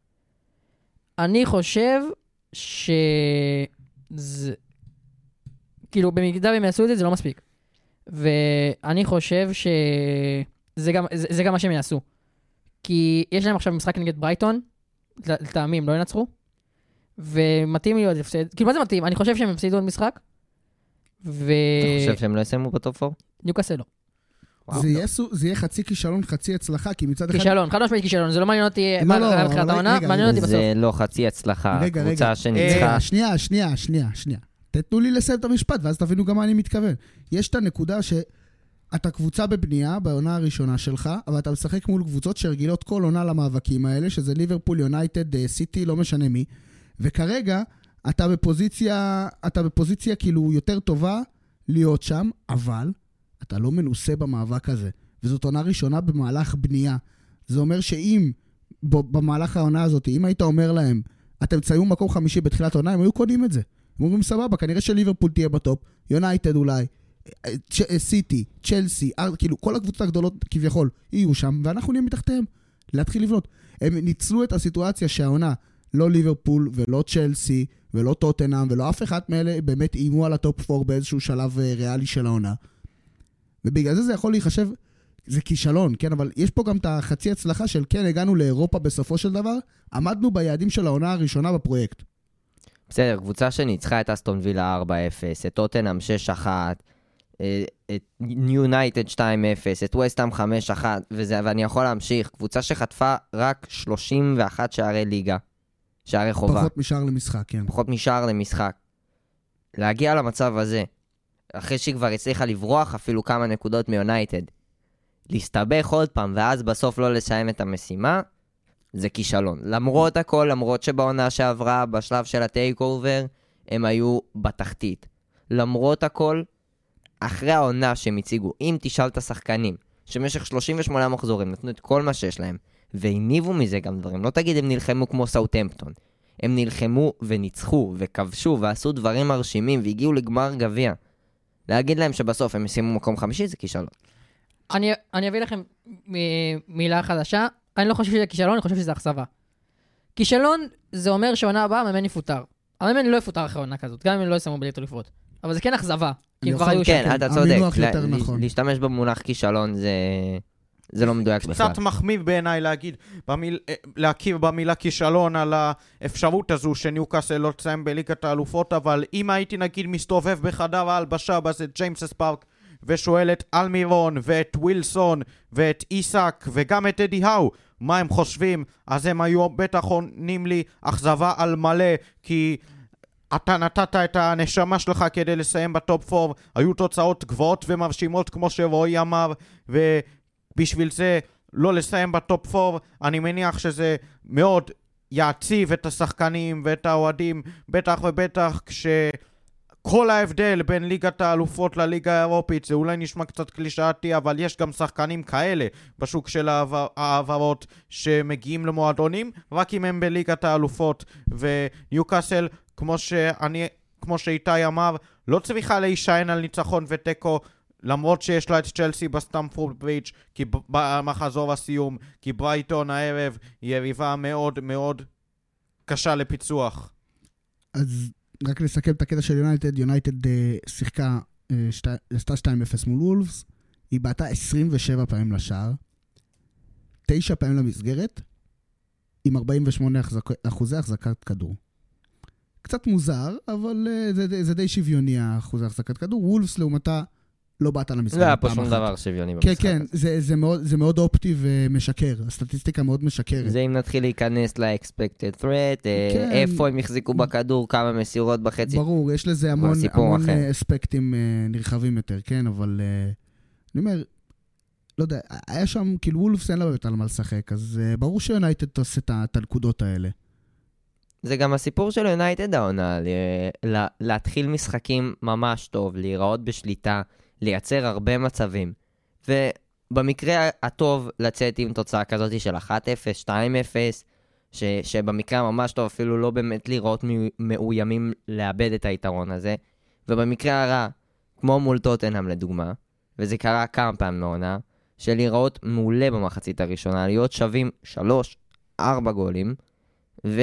אני חושב ש... זה... כאילו, במידה והם יעשו את זה, זה לא מספיק. ואני חושב ש... זה גם, זה, זה גם מה שהם יעשו. כי יש להם עכשיו משחק נגד ברייטון, לטעמים לא ינצחו, ומתאים לי עוד הפסד. כאילו, מה זה מתאים? אני חושב שהם הפסידו עוד משחק, ו... אתה חושב שהם לא יסיימו בטופ פור? ניוקאסל לא. זה יהיה, זה יהיה חצי כישלון, חצי הצלחה, כי מצד אחד... כישלון, חד משמעית כישלון, זה לא מעניין אותי מה היה בתחילת העונה, מעניין אותי בסוף. זה לא חצי הצלחה, קבוצה שניצחה. שנייה, שנייה, שנייה, שנייה. תתנו לי לסיים את המשפט, ואז תבינו גם מה אני מתכוון. יש את הנקודה שאתה קבוצה בבנייה, בעונה הראשונה שלך, אבל אתה משחק מול קבוצות שרגילות כל עונה למאבקים האלה, שזה ליברפול, יונייטד, סיטי, לא משנה מי. וכרגע, אתה בפוזיציה, אתה בפוזיציה כאילו יותר טובה להיות שם, אבל אתה לא מנוסה במאבק הזה. וזאת עונה ראשונה במהלך בנייה. זה אומר שאם, במהלך העונה הזאת, אם היית אומר להם, אתם תסיימו מקום חמישי בתחילת העונה, הם היו קונים את זה. הם אומרים סבבה, כנראה שליברפול תהיה בטופ, יונייטד אולי, סיטי, צ'לסי, כאילו כל הקבוצות הגדולות כביכול יהיו שם, ואנחנו נהיה מתחתיהם להתחיל לבנות. הם ניצלו את הסיטואציה שהעונה, לא ליברפול ולא צ'לסי ולא טוטנהאם ולא אף אחד מאלה באמת איימו על הטופ פור באיזשהו שלב ריאלי של העונה. ובגלל זה זה יכול להיחשב, זה כישלון, כן? אבל יש פה גם את החצי הצלחה של כן, הגענו לאירופה בסופו של דבר, עמדנו ביעדים של העונה הראשונה בפרויקט. בסדר, קבוצה שניצחה את אסטון וילה ארבע אפס, את טוטנהאם שש אחת, את יונייטד שתיים אפס, את ווסטהאם חמש אחת, וזה, ואני יכול להמשיך, קבוצה שחטפה רק שלושים ואחת שערי ליגה, שערי חובה. פחות משער למשחק, כן. פחות משער למשחק. להגיע למצב הזה, אחרי שהיא כבר הצליחה לברוח אפילו כמה נקודות מיונייטד, להסתבך עוד פעם, ואז בסוף לא לסיים את המשימה, זה כישלון. למרות הכל, למרות שבעונה שעברה, בשלב של הטייק אובר, הם היו בתחתית. למרות הכל, אחרי העונה שהם הציגו, אם תשאל את השחקנים, שמשך שלושים ושמונה מחזורים נתנו את כל מה שיש להם, והניבו מזה גם דברים, לא תגיד הם נלחמו כמו סאוטהמפטון, הם נלחמו וניצחו וכבשו ועשו דברים מרשימים והגיעו לגמר גביע. להגיד להם שבסוף הם ישימו מקום חמישי זה כישלון. אני, אני אביא לכם מ- מילה חדשה, אני לא חושב שזה כישלון, אני חושב שזה אכזבה. כישלון זה אומר שעונה הבאה המאמן יפוטר. המאמן לא יפוטר אחרי עונה כזאת, גם אם הם לא ישמו בליגת האלופות. אבל זה כן אכזבה, כי הם כבר היו כן, שם. אתה צודק. להשתמש במונח כישלון זה... זה לא מדויק בכלל. קצת מחמיא בעיניי להגיד, במיל... להכיר במילה כישלון על האפשרות הזו שניוקאסל לא תסיים בליגת האלופות, אבל אם הייתי נגיד מסתובב בחדר ההלבשה בזה ג'יימס פארק ושואל את אלמירון ואת ווילסון ואת איסק וגם את אדי האו מה הם חושבים, אז הם היו בטח עונים לי אכזבה על מלא, כי אתה נתת את הנשמה שלך כדי לסיים בטופ ארבע, היו תוצאות גבוהות ומרשימות כמו שרועי אמר, ו... בשביל זה לא לסיים בטופ ארבע, אני מניח שזה מאוד יעציב את השחקנים ואת האוהדים, בטח ובטח כשכל ההבדל בין ליגת האלופות לליגה האירופית, זה אולי נשמע קצת קלישאתי, אבל יש גם שחקנים כאלה בשוק של העברות שמגיעים למועדונים, רק אם הם בליגת האלופות, וניוקאסל, כמו שאני, כמו שאיתי אמר, לא צריכה להישען על ניצחון וטקו, למרות שיש לה את צ'לסי בסטמפורד ברידג' כי במחזור הסיום, כי ברייטון הערב היא יריבה מאוד מאוד קשה לפיצוח. אז רק לסכם את הקטע של יונייטד, יונייטד שיחקה, עשתה שתיים אפס מול וולפס, היא בעטה עשרים ושבע פעמים לשער, תשע פעמים למסגרת, עם ארבעים ושמונה אחוזי החזקת כדור. קצת מוזר, אבל זה, זה די שוויוני האחוזי החזקת כדור. וולפס לעומתה לא באת על המסגרת. לא היה פה שום דבר שוויוני במשחק. כן, כן, זה, זה, מאוד, זה מאוד אופטי ומשקר. הסטטיסטיקה מאוד משקרת. זה אם נתחיל להיכנס ל-expected threat, כן. איפה הם יחזיקו בכדור, כמה מסירות בחצי. ברור, יש לזה המון, המון אספקטים נרחבים יותר, כן, אבל אני אומר, לא יודע, היה שם, כאילו וולפס אין לה באמת על מה לשחק, אז ברור שיונייטד תעשה את הנקודות האלה. זה גם הסיפור של יונייטד העונה, להתחיל משחקים ממש טוב, להיראות בשליטה, לייצר הרבה מצבים, ובמקרה הטוב לצאת עם תוצאה כזאת של אחת אפס, שתיים אפס, ש, שבמקרה ממש טוב אפילו לא באמת לראות מאוימים לאבד את היתרון הזה, ובמקרה הרע, כמו מול טוטנהאם לדוגמה, וזה קרה כמה פעמים מעונה, של לראות מעולה במחצית הראשונה, להיות שווים שלוש, ארבע גולים, ו...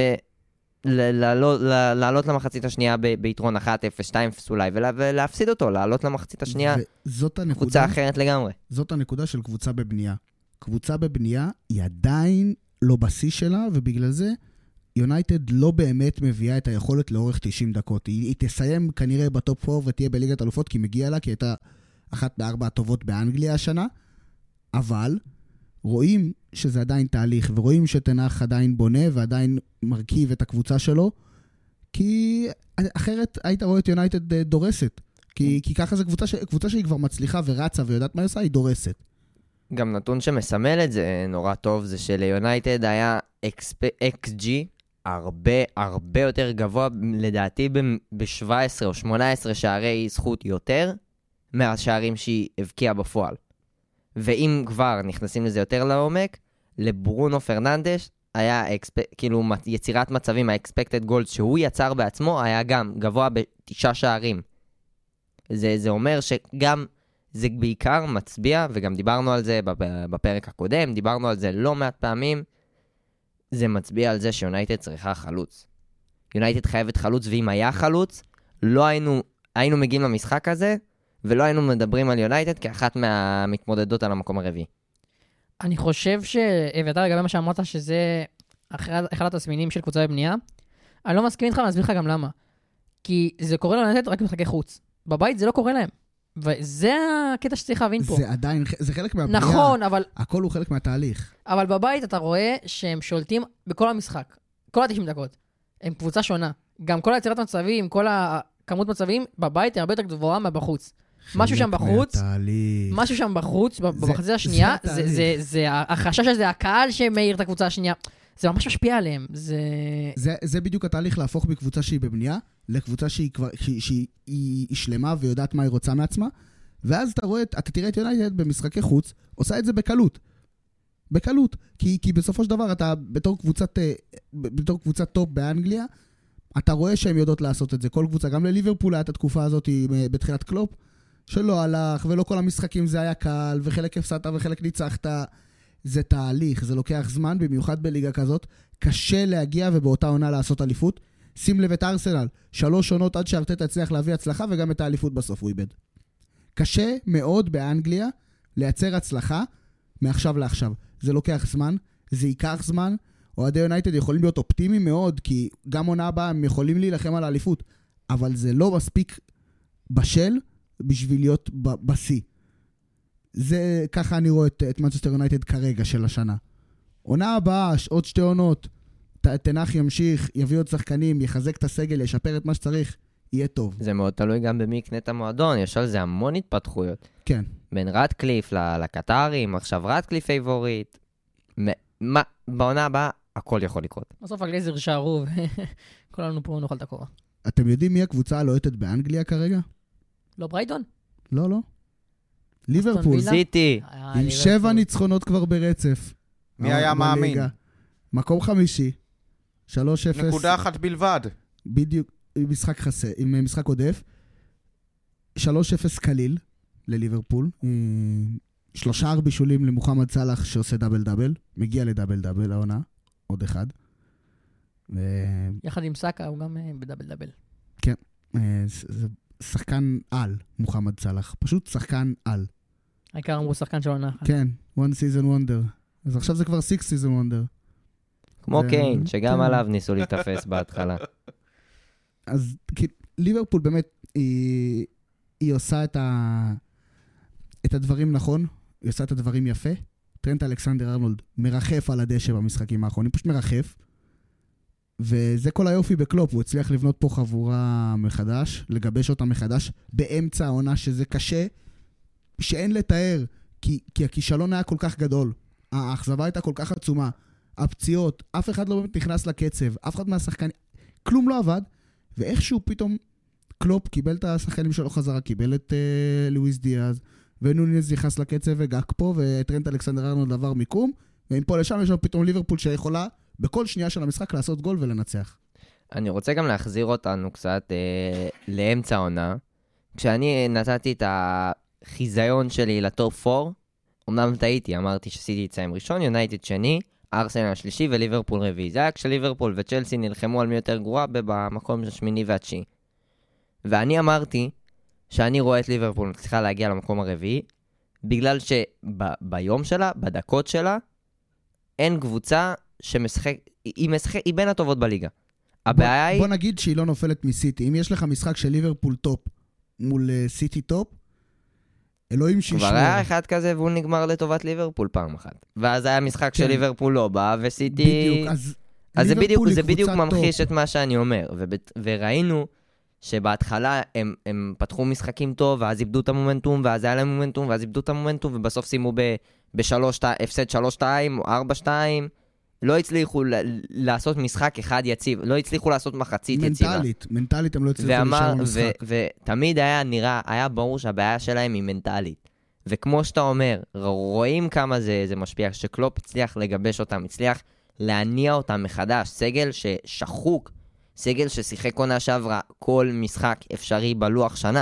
לעלות למחצית השנייה ביתרון אחת אפס, שתיים אפס אולי, ולהפסיד אותו, לעלות למחצית השנייה קבוצה אחרת לגמרי. זאת הנקודה של קבוצה בבנייה. קבוצה בבנייה היא עדיין לא בשיא שלה, ובגלל זה יונייטד לא באמת מביאה את היכולת לאורך תשעים דקות. היא, היא תסיים כנראה בטופ ארבע ותהיה בליגת אלופות, כי מגיעה לה, כי הייתה אחת בארבע הטובות באנגליה השנה, אבל רואים שזה עדיין תהליך, ורואים שתנח עדיין בונה ועדיין מרכיב את הקבוצה שלו, כי אחרת היית רואה את יונייטד דורסת. כי, כי ככה זו קבוצה, ש... קבוצה שהיא כבר מצליחה ורצה ויודעת מה עושה, היא דורסת. גם נתון שמסמל את זה נורא טוב, זה שליונייטד היה אקס ג'י הרבה הרבה יותר גבוה, לדעתי ב-שבע עשרה או שמונה עשרה שערי זכות יותר, מהשערים שהיא הבקיעה בפועל. ואם כבר נכנסים לזה יותר לעומק, לברונו פרננדש היה אקספ... כאילו יצירת מצבים, ה-expected goals שהוא יצר בעצמו, היה גם גבוה בתשעה שערים. זה, זה אומר שגם זה בעיקר מצביע, וגם דיברנו על זה בפרק הקודם, דיברנו על זה לא מעט פעמים, זה מצביע על זה שיונייטד צריכה חלוץ. יונייטד חייבת חלוץ, ואם היה חלוץ, לא היינו, היינו מגיעים למשחק הזה, ולא היינו מדברים על יונייטד כאחת מהמתמודדות על המקום הרביעי. אני חושב שאביתר לגבי מה שאמרת שזה אחד התסמינים של קבוצה בבנייה, אני לא מסכים איתך, אני אסביר לך גם למה. כי זה קורה ליונייטד רק במשחקי חוץ. בבית זה לא קורה להם. וזה הקטע שצריך להבין פה. זה עדיין, זה חלק מהבנייה. נכון, אבל... הכל הוא חלק מהתהליך. אבל בבית אתה רואה שהם שולטים בכל המשחק. כל ה-תשעים דקות. הם קבוצה שונה. גם כל היצירת מצבים, כל הכמות מצבים, בבית היא הרבה יותר גבוהה מבחוץ. משהו שם בחוץ, מהתהליך. משהו שם בחוץ, במחצית השנייה, זה זה, זה, זה, החשש הזה, הקהל שמאיר את הקבוצה השנייה, זה ממש משפיע עליהם. זה... זה, זה בדיוק התהליך להפוך מקבוצה שהיא בבנייה, לקבוצה שהיא כבר, שהיא, שהיא, שהיא שלמה ויודעת מה היא רוצה מעצמה, ואז אתה רואה, אתה תראה את יונייטד במשחקי חוץ, עושה את זה בקלות. בקלות. כי, כי בסופו של דבר, אתה בתור קבוצת, בתור קבוצת טופ באנגליה, אתה רואה שהם יודעות לעשות את זה. כל קבוצה, גם לליברפול הייתה התקופה הזאת בתחילת קלופ, שלא הלך, ולא כל המשחקים זה היה קל, וחלק הפסדת וחלק ניצחת. זה תהליך, זה לוקח זמן, במיוחד בליגה כזאת. קשה להגיע ובאותה עונה לעשות אליפות. שים לב את ארסנל, שלוש עונות עד שארטטה הצליח להביא הצלחה, וגם את האליפות בסוף הוא איבד. קשה מאוד באנגליה לייצר הצלחה מעכשיו לעכשיו. זה לוקח זמן, זה ייקח זמן. אוהדי יונייטד יכולים להיות אופטימיים מאוד, כי גם עונה הבאה הם יכולים להילחם על האליפות, אבל זה לא מספיק בשל בשביל להיות בסי. זה, ככה אני רואה את, את מנצ'סטר יונייטד כרגע של השנה. עונה הבאה, עוד שתי עונות, ת, תנח ימשיך, יביא עוד שחקנים, יחזק את הסגל, ישפר את מה שצריך, יהיה טוב. זה מאוד תלוי גם במי יקנה את המועדון, יש על זה המון התפתחויות. כן. בין רדקליף לקטרים, עכשיו רדקליף פייבוריט. מה, בעונה הבאה, הכל יכול לקרות. בסוף הגלייזר שערו, וכולנו פה נאכל את הכובע. אתם יודעים מי הקבוצה הלוהטת באנגליה כרגע? לא ברייטון? לא, לא. ליברפול. סיטי. עם שבע ניצחונות כבר ברצף. מי היה מאמין? מקום חמישי. שלוש אפס. נקודה אחת בלבד. בדיוק, משחק חסה, עם משחק עודף. שלוש אפס קליל לליברפול. שלושה בישולים למוחמד סלאח שעושה דאבל דאבל. מגיע לדאבל דאבל העונה. עוד אחד. יחד עם סאקה הוא גם בדאבל דאבל. כן. זה שחקן על, מוחמד סלאח. פשוט שחקן על. העיקר אמרו שחקן של עונה אחת. כן, one season wonder. אז עכשיו זה כבר six season wonder. כמו קיין, שגם עליו ניסו להתאפס בהתחלה. אז ליברפול באמת, היא, היא עושה את, ה, את הדברים נכון, היא עושה את הדברים יפה. טרנט אלכסנדר ארנולד מרחף על הדשא במשחקים האחרונים, פשוט מרחף. וזה כל היופי בקלופ, הוא הצליח לבנות פה חבורה מחדש, לגבש אותה מחדש, באמצע העונה שזה קשה, שאין לתאר, כי, כי הכישלון היה כל כך גדול, האכזבה הייתה כל כך עצומה, הפציעות, אף אחד לא באמת נכנס לקצב, אף אחד מהשחקנים, כלום לא עבד, ואיכשהו פתאום קלופ קיבל את השחקנים שלו חזרה, קיבל את uh, לואיס דיאז, ונוניז נכנס לקצב וגק פה, וטרנט אלכסנדר ארנולד עבר מיקום, ועם פה לשם יש לנו פתאום ליברפול שיכולה בכל שנייה של המשחק לעשות גול ולנצח. אני רוצה גם להחזיר אותנו קצת אה, לאמצע העונה. כשאני נתתי את החיזיון שלי לטופ ארבע, אמנם טעיתי, אמרתי שסיטי יצא עם ראשון, יונייטד שני, ארסנל השלישי וליברפול רביעי. זה היה כשליברפול וצ'לסי נלחמו על מי יותר גרוע במקום השמיני והתשיעי. ואני אמרתי שאני רואה את ליברפול צריכה להגיע למקום הרביעי, בגלל שביום שלה, בדקות שלה, אין קבוצה שמשחק, היא משחק, היא בין הטובות בליגה. הבעיה היא... בוא נגיד שהיא לא נופלת מסיטי. אם יש לך משחק של ליברפול טופ מול סיטי טופ, אלוהים שישמור. כבר היה אחד כזה והוא נגמר לטובת ליברפול פעם אחת. ואז היה משחק של ליברפול לא בא, וסיטי... בדיוק, אז... אז זה בדיוק, זה בדיוק ממחיש את מה שאני אומר. וראינו שבהתחלה הם, הם פתחו משחקים טוב, ואז איבדו את המומנטום, ואז היה להם מומנטום, ואז איבדו את המומנטום, ובסוף שימו בשלוש, הפסד שלוש שתיים או ארבע שתיים. לא הצליחו לעשות משחק אחד יציב, לא הצליחו לעשות מחצית יציבה. מנטלית, מנטלית הם לא הצליחו לשאול משחק. ותמיד היה נראה, היה ברור שהבעיה שלהם היא מנטלית. וכמו שאתה אומר, רואים כמה זה, זה משפיע, שקלופ הצליח לגבש אותם, הצליח להניע אותם מחדש, סגל ששחוק, סגל ששיחק עונה שעברה כל משחק אפשרי בלוח שנה.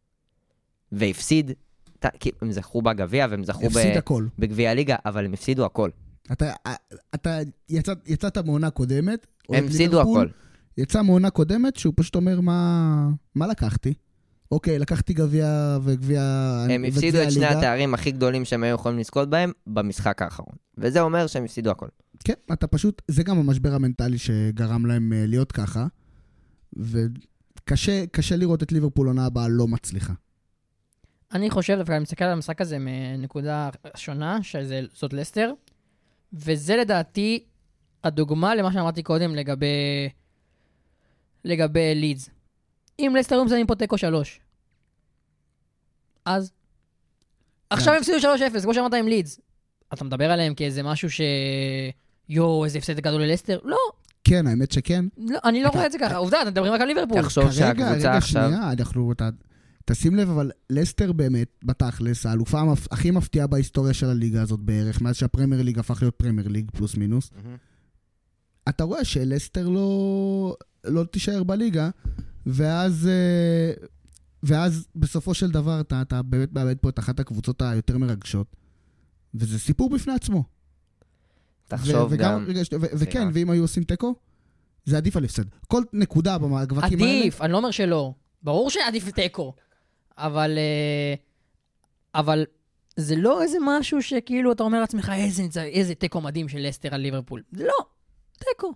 והפסיד, הם זכו בגביע והם זכו בגביע הליגה, אבל הם הפסידו הכל. אתה, אתה יצאת, יצאת מעונה קודמת. הם הפסידו הכל. יצא מעונה קודמת שהוא פשוט אומר מה, מה לקחתי? אוקיי, לקחתי גביע וגביע... הם הפסידו את שני התארים הכי גדולים שהם היו יכולים לזכות בהם במשחק האחרון. וזה אומר שהם הפסידו הכל. כן, אתה פשוט, זה גם המשבר המנטלי שגרם להם להיות ככה. וקשה, קשה לראות את ליברפול עונה הבאה לא מצליחה. אני חושב, דווקא אני מסתכל על המשחק הזה מנקודה שונה, שזאת לסטר. וזה לדעתי הדוגמה למה שאמרתי קודם לגבי לגבי לידס. אם לסטר יום זה אני פה טקו שלוש. אז? עכשיו הם הפסידו שלוש אפס, כמו שאמרת עם לידס. אתה מדבר עליהם כאיזה משהו ש... יו, איזה הפסד גדול ללסטר? לא. כן, האמת שכן. לא, אני לא רואה את זה ככה. עובדה, אתם מדברים רק על ליברפול. תחשוב שהקבוצה עכשיו... רגע, שנייה, אנחנו... תשים לב, אבל לסטר באמת, בתכלס, האלופה הכי מפתיעה בהיסטוריה של הליגה הזאת בערך, מאז שהפרמייר ליג הפך להיות פרמייר ליג, פלוס מינוס. אתה רואה שלסטר לא, לא תישאר בליגה, ואז, ואז בסופו של דבר אתה, אתה באמת מאבד פה את אחת הקבוצות היותר מרגשות, וזה סיפור בפני עצמו. תחשוב ו- גם... רגע, ו- וכן, ואם היו עושים טקו, זה עדיף על הפסד. כל נקודה במאבקים האלה... עדיף, אני לא אומר שלא. ברור שעדיף טקו. אבל... אבל... זה לא איזה משהו שכאילו אתה אומר לעצמך, איזה, איזה טקו מדהים של לסטר על ליברפול. זה לא, טקו.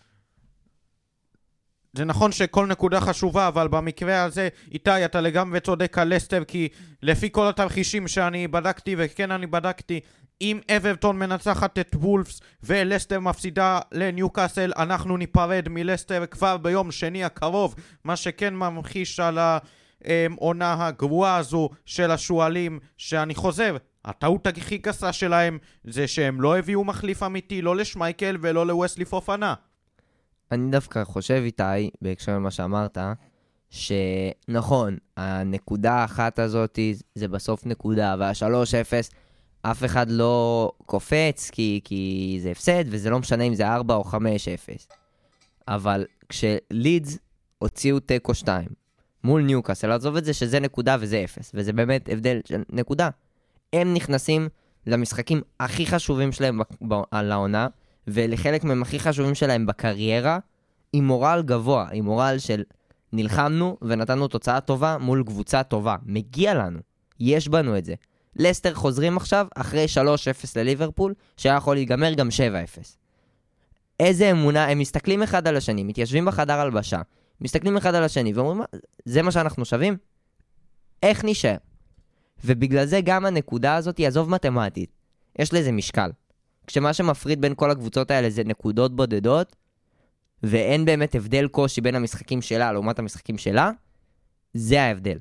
זה נכון שכל נקודה חשובה, אבל במקרה הזה, איתי, אתה לגמרי צודק על לסטר, כי לפי כל התרחישים שאני בדקתי, וכן אני בדקתי, אם אברטון מנצחת את וולפס ולסטר מפסידה לניוקאסל, אנחנו ניפרד מלסטר כבר ביום שני הקרוב, מה שכן ממחיש על העונה הגרועה הזו של השואלים, שאני חוזר, הטעות הכי גסה שלהם זה שהם לא הביאו מחליף אמיתי, לא לשמייקל ולא לווסלי פופנה. אני דווקא חושב איתי, בהקשר למה שאמרת, שנכון, הנקודה האחת הזאת זה בסוף נקודה, והשלוש אפס, אף אחד לא קופץ, כי, כי זה הפסד, וזה לא משנה אם זה ארבע או חמש אפס. אבל כשלידס הוציאו טקו שתיים, מול ניוקאסל, עזוב את זה שזה נקודה וזה אפס, וזה באמת הבדל של נקודה. הם נכנסים למשחקים הכי חשובים שלהם על העונה, ולחלק מהם הכי חשובים שלהם בקריירה, עם מורל גבוה, עם מורל של נלחמנו ונתנו תוצאה טובה מול קבוצה טובה. מגיע לנו, יש בנו את זה. לסטר חוזרים עכשיו אחרי שלוש אפס לליברפול, שהיה יכול להיגמר גם שבע אפס. איזה אמונה, הם מסתכלים אחד על השני, מתיישבים בחדר הלבשה, מסתכלים אחד על השני ואומרים, זה מה שאנחנו שווים? איך נשאר? ובגלל זה גם הנקודה הזאת, יעזוב מתמטית, יש לזה משקל. כשמה שמפריד בין כל הקבוצות האלה זה נקודות בודדות, ואין באמת הבדל קושי בין המשחקים שלה לעומת המשחקים שלה, זה ההבדל.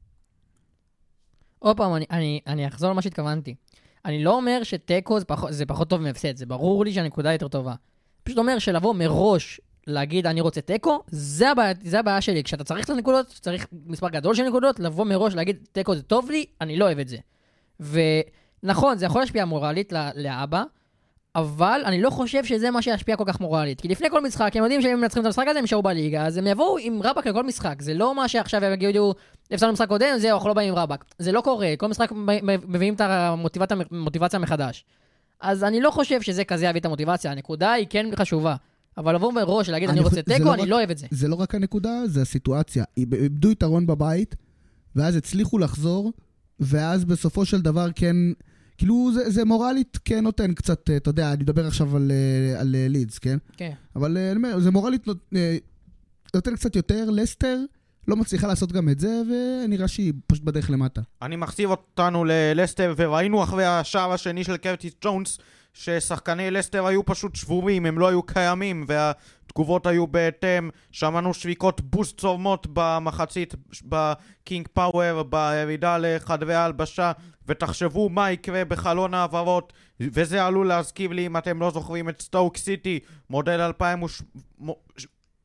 עוד פעם, אני, אני, אני אחזור למה שהתכוונתי. אני לא אומר שטקו זה פחות, זה פחות טוב מהפסד, זה ברור לי שהנקודה יותר טובה. פשוט אומר שלבוא מראש להגיד אני רוצה טקו, זה הבעיה, זה הבעיה שלי. כשאתה צריך את הנקודות, צריך מספר גדול של נקודות, לבוא מראש להגיד טקו זה טוב לי, אני לא אוהב את זה. ונכון, זה יכול להשפיע מורלית לאבא, אבל אני לא חושב שזה מה שישפיע כל כך מורלית. כי לפני כל משחק, הם יודעים שהם מנצחים את המשחק הזה, הם יישארו בליגה, אז הם יבואו עם רבק לכל משחק. זה לא מה שעכשיו הם יגידו, הפסדנו משחק קודם, זהו, אנחנו לא באים עם רבק. זה לא קורה, כל משחק מביאים את המוטיבציה מחדש. אז אני לא חושב שזה כזה יביא את המוטיבציה, הנקודה היא כן חשובה. אבל לבוא מראש להגיד אני רוצה טקו, אני לא אוהב את זה. זה לא רק הנקודה, זה הסיטואציה. איבדו יתרון בבית, ואז הצליחו לחזור, ואז בסופו של דבר כן... כאילו זה, זה מורלית כן נותן קצת, אתה יודע, אני מדבר עכשיו על, על לידס, כן? כן. אבל אני אומר, זה מורלית נותן קצת יותר, לסטר לא מצליחה לעשות גם את זה, ונראה שהיא פשוט בדרך למטה. אני מחזיב אותנו ללסטר, וראינו אחרי השער השני של קרטיס ג'ונס, ששחקני לסטר היו פשוט שבורים, הם לא היו קיימים, והתגובות היו בהתאם, שמענו שוויקות בוסט צורמות במחצית, בקינג פאוור, בירידה לחדרי ההלבשה, ותחשבו מה יקרה בחלון העברות, וזה עלול להזכיר לי, אם אתם לא זוכרים את סטוק סיטי, מודל אלפיים ושבע עשרה,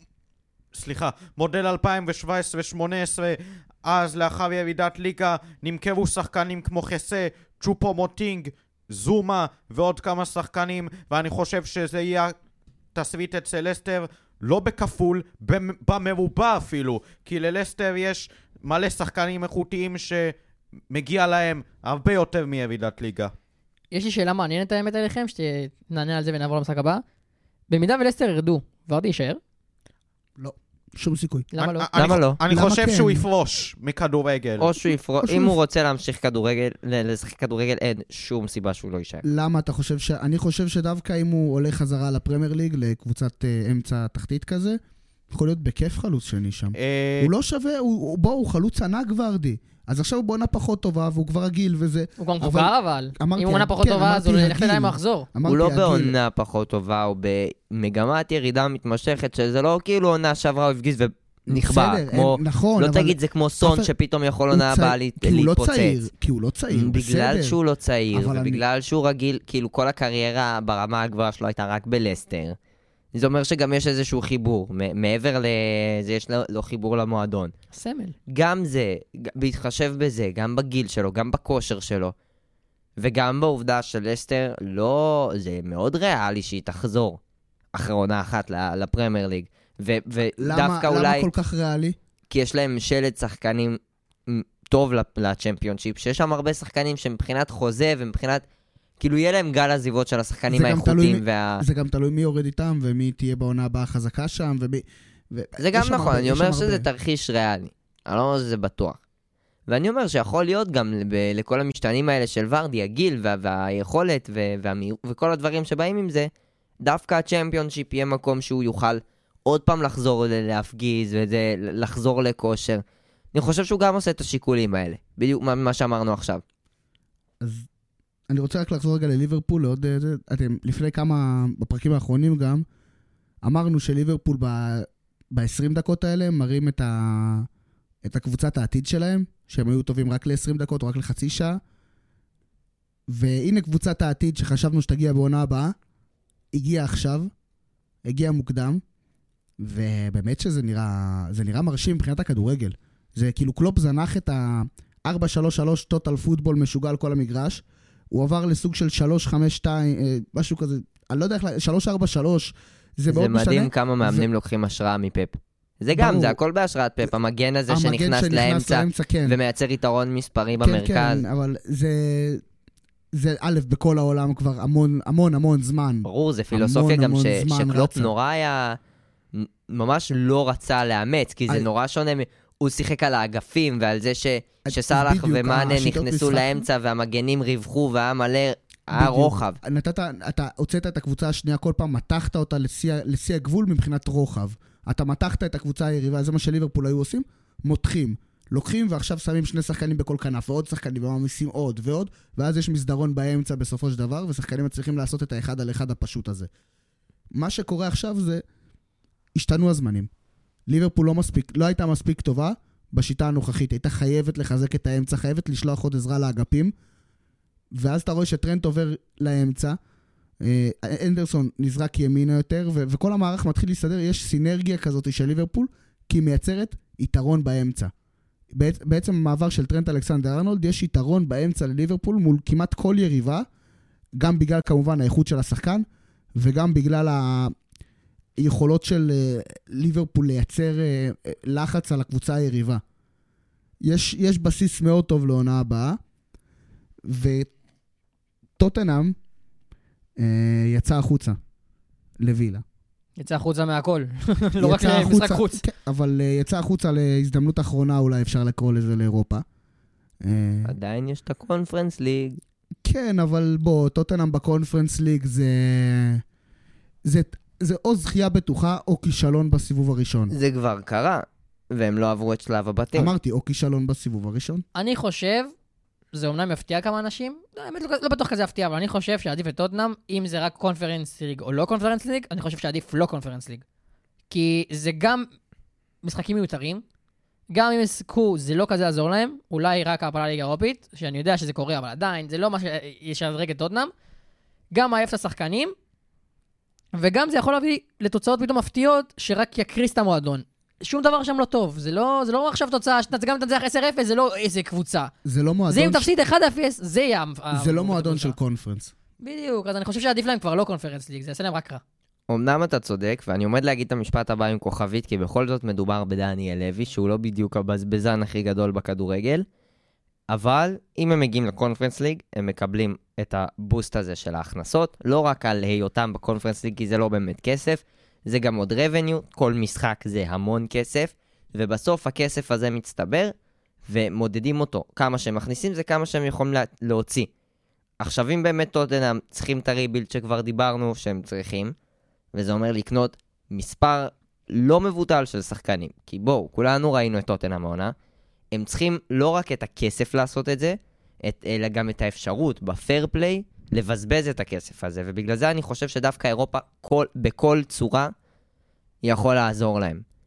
סליחה, מודל אלפיים שבע עשרה שמונה עשרה, אז לאחר ירידת ליגה נמכרו שחקנים כמו חסה, צ'ופו מוטינג, זומה ועוד כמה שחקנים, ואני חושב שזה יהיה תסריט אצל לסטר לא בכפול, במרובע אפילו, כי ללסטר יש מלא שחקנים איכותיים שמגיע להם הרבה יותר מירידת ליגה. יש לי שאלה מעניינת האמת עליכם, שתנענה על זה ונעבור למשחק הבא. במידה ולסטר ירדו, ורדי יישאר? לא. שום סיכוי. למה לא? למה לא? אני חושב שהוא יפרוש מכדורגל. או שהוא יפרוש, אם הוא רוצה להמשיך כדורגל, לשחק כדורגל, אין שום סיבה שהוא לא יישאר. למה אתה חושב ש... אני חושב שדווקא אם הוא הולך חזרה לפרמייר ליג, לקבוצת אמצע תחתית כזה, יכול להיות בכיף חלוץ שני שם. הוא לא שווה, בוא, הוא חלוץ ענק ורדי. אז עכשיו הוא בעונה פחות טובה, והוא כבר רגיל וזה... הוא כבר מבוגר אבל. אם הוא בעונה פחוט טובה, אז הוא ילך לדעת מה יחזור. הוא לא בעונה פחות טובה, הוא במגמת ירידה מתמשכת, שזה לא כאילו עונה שעברה הוא הפגיז נכבה, בסדר, כמו, אין- נכון, לא אבל תגיד זה כמו סון אף- שפתאום יכול הוא עונה צעיר- הבאה להת- כי הוא לא להתפוצץ. צעיר, כי הוא לא צעיר, בגלל בסדר. שהוא לא צעיר, אבל אני- ובגלל שהוא רגיל, כאילו כל הקריירה ברמה הגבוהה שלו הייתה רק בלסטר. זה אומר שגם יש איזשהו חיבור, מ- מעבר לזה יש לו, לו חיבור למועדון. סמל. גם זה, ג- בהתחשב בזה, גם בגיל שלו, גם בכושר שלו, וגם בעובדה של לסטר, לא, זה מאוד ריאלי שהיא תחזור אחרי עונה אחת ל- לפרמייר ליג. ו- למה, ודווקא למה אולי, כל כך ריאלי? כי יש להם שלד שחקנים מ, טוב לפ- לצ'מפיונשיפ, שיש שם הרבה שחקנים שמבחינת חוזה ומבחינת, כאילו יהיה להם גל עזיבות של השחקנים זה גם תלוי האיכותיים מי- וה... זה גם תלוי מי יורד איתם, ומי תהיה בעונה הבאה חזקה שם, ומי... ו- זה יש גם שם נכון, הרבה, אני יש אומר שם שזה הרבה. תרחיש ריאלי. אני לא אומר שזה בטוח. ואני אומר שיכול להיות גם ב- לכל המשתנים האלה של ורדי, הגיל וה- והיכולת ו- והמהיר- וכל הדברים שבאים עם זה, דווקא הצ'מפיונשיפ יהיה מקום שהוא יוכל עוד פעם לחזור ל- להפגיז וזה, לחזור לכושר. אני חושב שהוא גם עושה את השיקולים האלה. בדיוק מה, מה שאמרנו עכשיו. אז אני רוצה רק לחזור רגע לליברפול, לעוד, אה, זה, אתם, לפני כמה, בפרקים האחרונים גם, אמרנו שליברפול ב-עשרים דקות האלה מראים את, ה, את הקבוצת העתיד שלהם, שהם היו טובים רק ל-עשרים דקות או רק לחצי שעה, והנה קבוצת העתיד שחשבנו שתגיע בעונה הבאה, הגיעה עכשיו, הגיעה מוקדם, ובאמת שזה נראה, זה נראה מרשים מבחינת הכדורגל. זה כאילו קלופ זנח את ה-ארבע שלוש שלוש טוטל פוטבול משוגע על כל המגרש, הוא עבר לסוג של שלוש חמש שתיים, אה, משהו כזה, אני לא יודע איך, לה- שלוש ארבע שלוש, זה זה מאוד משנה. מדהים כמה מאמנים לוקחים השראה מפפ. זה גם, ברור. זה הכל בהשראת פפ. המגן הזה המגן שנכנס לאמצע לאמצע, כן. ומייצר יתרון מספרי כן, במרכז. כן, אבל זה, זה א', בכל העולם כבר המון, המון, המון זמן. ברור, זה פילוסופיה המון, גם המון ש- זמן שקלופ רצה. נורא היה, ממש לא רצה לאמץ, כי זה על- נורא שונה, מ- הוא שיחק על האגפים ועל זה ש- אז שסלאח בדיוק, ומאנה השיטות נכנסו משחק. לאמצע והמגנים ריווחו והיה מלא, היה בדיוק. רוחב. נתת, אתה הוצאת את הקבוצה השנייה כל פעם, מתחת אותה לשיא, לשיא הגבול מבחינת רוחב. אתה מתחת את הקבוצה היריבה, זה מה שליברפול היו עושים, מותחים. לוקחים ועכשיו שמים שני שחקנים בכל כנף, ועוד שחקנים, ומעמיסים עוד ועוד, ואז יש מסדרון באמצע בסופו של דבר, ושחקנים מצליחים לעשות את האחד על אחד הפשוט הזה. מה שקורה עכשיו זה, השתנו הזמנים. ליברפול לא מספיק, לא הייתה מספיק טובה בשיטה הנוכחית, הייתה חייבת לחזק את האמצע, חייבת לשלוח עוד עזרה לאגפים, ואז אתה רואה שטרנט עובר לאמצע, אה, אנדרסון נזרק ימינה יותר, ו- וכל המערך מתחיל להסתדר, יש סינרגיה כזאת של ליברפול, כי היא מייצרת יתרון באמצע. בעצ- בעצם המעבר של טרנט אלכסנדר ארנולד, יש יתרון באמצע לליברפול מול כמעט כל יריבה, גם בגלל כמובן האיכות של השחקן, וגם בגלל היכולות של אה, ליברפול לייצר אה, אה, לחץ על הקבוצה היריבה. יש, יש בסיס מאוד טוב לעונה הבאה, וטוטנהאם אה, יצא החוצה לווילה. יצא החוצה מהכל. לא רק יצא משחק החוצה- חוץ. כן, אבל אה, יצא החוצה להזדמנות האחרונה, אולי אפשר לקרוא לזה לאירופה. אה, עדיין יש את הקונפרנס ליג. כן, אבל בוא, טוטנהאם בקונפרנס ליג זה... זה, זה או זכייה בטוחה או כישלון בסיבוב הראשון. זה כבר קרה, והם לא עברו את שלב הבתים. אמרתי, או כישלון בסיבוב הראשון. אני חושב, זה אומנם יפתיע כמה אנשים, לא, האמת לא, לא בטוח כזה יפתיע, אבל אני חושב שעדיף לטוטנאם, אם זה רק קונפרנס ליג או לא קונפרנס ליג, אני חושב שעדיף לא קונפרנס ליג. כי זה גם משחקים מיותרים, גם אם יסקו, זה לא כזה יעזור להם, אולי רק ההפלה ליגה אירופית, שאני יודע שזה קורה, אבל עדיין, זה לא מה שישדרג את טוטנאם. גם מעייף את השחקנים, וגם זה יכול להביא לתוצאות פתאום מפתיעות, שרק יקריס את המועדון. שום דבר שם לא טוב, זה לא, זה לא עכשיו תוצאה, גם תנצח עשר אפס, זה לא איזה קבוצה. זה לא מועדון... זה אם ש- תפסיד אחד אפס, זה יהיה... זה לא מועדון של קונפרנס. בדיוק, אז אני חושב שעדיף להם כבר לא קונפרנס ליג, זה יעשה להם רק רע. אמנם אתה צודק, ואני עומד להגיד את המשפט הבא עם כוכבית, כי בכל זאת מדובר בדניאל לוי, שהוא לא בדיוק הבזבזן הכי גדול בכדורגל, אבל אם הם מגיעים לקונפרנס ליג, הם מקבלים את הבוסט הזה של ההכנסות, לא רק על היותם בקונפרנס ליג, כי זה לא באמת כסף, זה גם עוד רבניו, כל משחק זה המון כסף, ובסוף הכסף הזה מצטבר, ומודדים אותו. כמה שהם מכניסים זה כמה שהם יכולים לה... להוציא. עכשיו אם באמת טוטנהאם צריכים את הריבילד שכבר דיברנו שהם צריכים, וזה אומר לקנות מספר לא מבוטל של שחקנים. כי בואו, כולנו ראינו את טוטנהאם העונה. הם צריכים לא רק את הכסף לעשות את זה, את, אלא גם את האפשרות בפייר פליי לבזבז את הכסף הזה. ובגלל זה אני חושב שדווקא אירופה כל, בכל צורה יכול לעזור להם.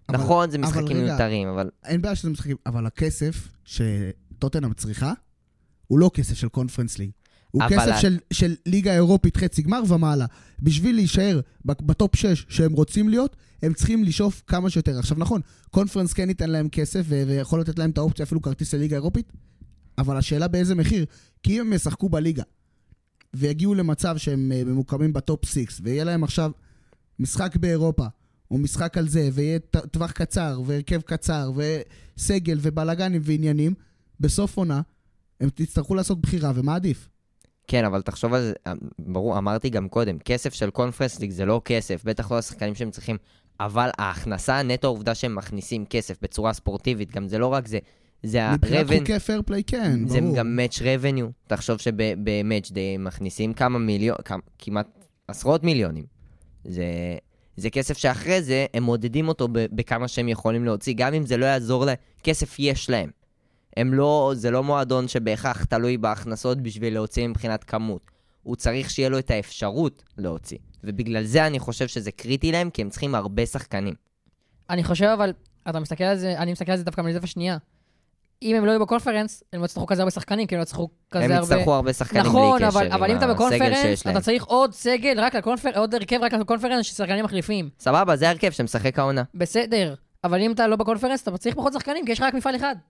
אבל- נכון, זה אבל משחקים רגע, מיותרים, אבל אין בעיה שזה משחקים, אבל הכסף שטוטנהאם צריכה, הוא לא כסף של קונפרנס ליג. הוא אבל כסף ה- של, של ליגה אירופית חצי גמר ומעלה. בשביל להישאר בטופ שש שהם רוצים להיות, הם צריכים לשאוף כמה שיותר. עכשיו נכון, קונפרנס כן ייתן להם כסף, ו- ויכול לתת להם את האופציה אפילו כרטיס לליגה אירופית, אבל השאלה באיזה מחיר, כי אם הם ישחקו בליגה, ויגיעו למצב שהם אה, ממוקמים בטופ שש, ויהיה להם עכשיו משחק באירופה, או משחק על זה, ויהיה ט- טווח קצר, והרכב קצר, וסגל, ובלגנים ועניינים, בסוף עונה, הם תצטרכו לעשות בחירה, ומה עדיף? כן, אבל תחשוב על זה, ברור, אמרתי גם קודם, כסף של קונפרנס ליג זה לא כסף, בטח לא השחקנים שהם צריכים, אבל ההכנסה, נטו העובדה שהם מכניסים כסף בצורה ספורטיבית, גם זה לא רק זה, זה מבחינת ה-revenue, חוקי פייר פליי, כן, זה ברור. גם match revenue, תחשוב שבמאץ' דיי מכניסים כמה מיליון, כמה, כמעט עשרות מיליונים, זה, זה כסף שאחרי זה, הם מודדים אותו ב- בכמה שהם יכולים להוציא, גם אם זה לא יעזור להם, כסף יש להם. הם לא, זה לא מועדון שבהכרח תלוי בהכנסות בשביל להוציא מבחינת כמות. הוא צריך שיהיה לו את האפשרות להוציא. ובגלל זה אני חושב שזה קריטי להם, כי הם צריכים הרבה שחקנים. אני חושב אבל, אתה מסתכל על זה, אני מסתכל על זה דווקא מלזף השנייה. אם הם לא יהיו בקונפרנס, הם לא יצטרכו כזה הרבה שחקנים, כי הם לא יצטרכו כזה הם הרבה... יצטרכו הרבה שחקנים נכון, בלי קשר אבל, אבל אם עם אתה הסגל בקונפרנס, שיש להם. אתה צריך עוד סגל רק לקונפרנס, עוד הרכב רק לקונפרנס ששחקנים מחליפים. סבבה, זה הרכב שמשחק העונה. בסדר, אבל אם אתה לא בקונפרנס, אתה צריך פחות שחקנים, כי יש לך רק מפעל אחד.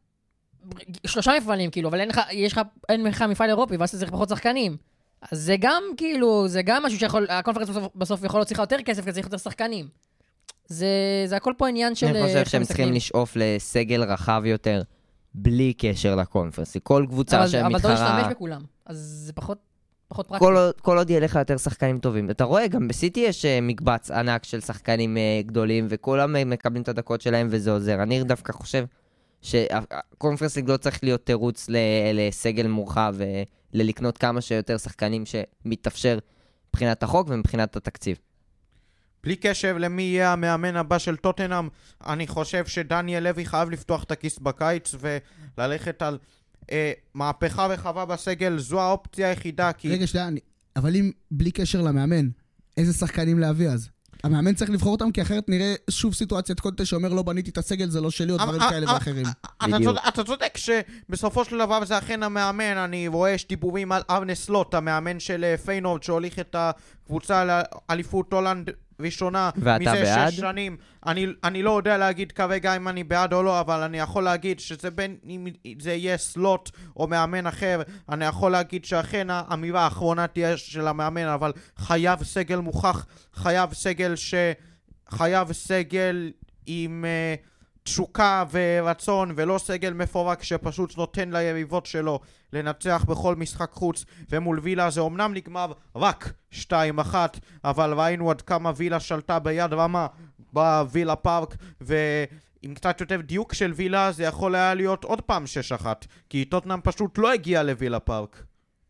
שלושה מפעלים, כאילו, אבל אין לך, יש לך, אין לך מפעל אירופי, ואז אתה צריך פחות שחקנים. אז זה גם, כאילו, זה גם משהו שיכול, הקונפרנס בסוף, בסוף יכול להוציא לך יותר כסף, כי צריך יותר שחקנים. זה, זה הכל פה עניין של... אני חושב איך שהם הם צריכים מסתכלים. לשאוף לסגל רחב יותר, בלי קשר לקונפרנס. כל קבוצה אבל, שהם אבל אתה לא מתחרה... להשתמש בכולם, אז זה פחות, פחות פרקטי. כל עוד, כל עוד יהיה לך יותר שחקנים טובים. אתה רואה, גם בסיטי יש uh, מקבץ ענק של שחקנים uh, גדולים, וכולם uh, מקבלים את הדקות שלהם וזה עוזר. אני דווקא חושב שהקונפרנס ליג לא צריך להיות תירוץ ל- לסגל מורחב, ולקנות כמה שיותר שחקנים שמתאפשר מבחינת החוק ומבחינת התקציב. בלי קשב למי יהיה המאמן הבא של טוטנהאם, אני חושב שדניאל לוי חייב לפתוח את הכיס בקיץ וללכת על אה, מהפכה רחבה בסגל. זו האופציה היחידה, כי... רגע, שנייה, אני- אבל אם בלי קשר למאמן, איזה שחקנים להביא אז? המאמן צריך לבחור אותם, כי אחרת נראה שוב סיטואציית קונטה שאומר לא בניתי את הסגל, זה לא שלי, או דברים אה, כאלה אה, ואחרים. אתה בדיוק. צודק, אתה צודק שבסופו של דבר זה אכן המאמן. אני רואה יש דיבורים על אבנה סלוט, המאמן של אה, פיינורד, שהוליך את הקבוצה לאליפות הולנד ראשונה ואתה מזה בעד? שש שנים. אני, אני לא יודע להגיד כרגע אם אני בעד או לא, אבל אני יכול להגיד שזה בין, אם זה יהיה סלוט או מאמן אחר, אני יכול להגיד שאכן האמירה האחרונה תהיה של המאמן, אבל חייב סגל מוכח, חייב סגל ש... חייב סגל עם uh, תשוקה ורצון, ולא סגל מפורק שפשוט נותן ליריבות שלו לנצח בכל משחק חוץ. ומול וילה זה אומנם נגמר רק שתיים אחת, אבל ראינו עד כמה וילה שלטה ביד רמה בווילה פארק, ועם קצת יותר דיוק של וילה זה יכול היה להיות עוד פעם שש אחת, כי טוטנהאם פשוט לא הגיע לווילה פארק.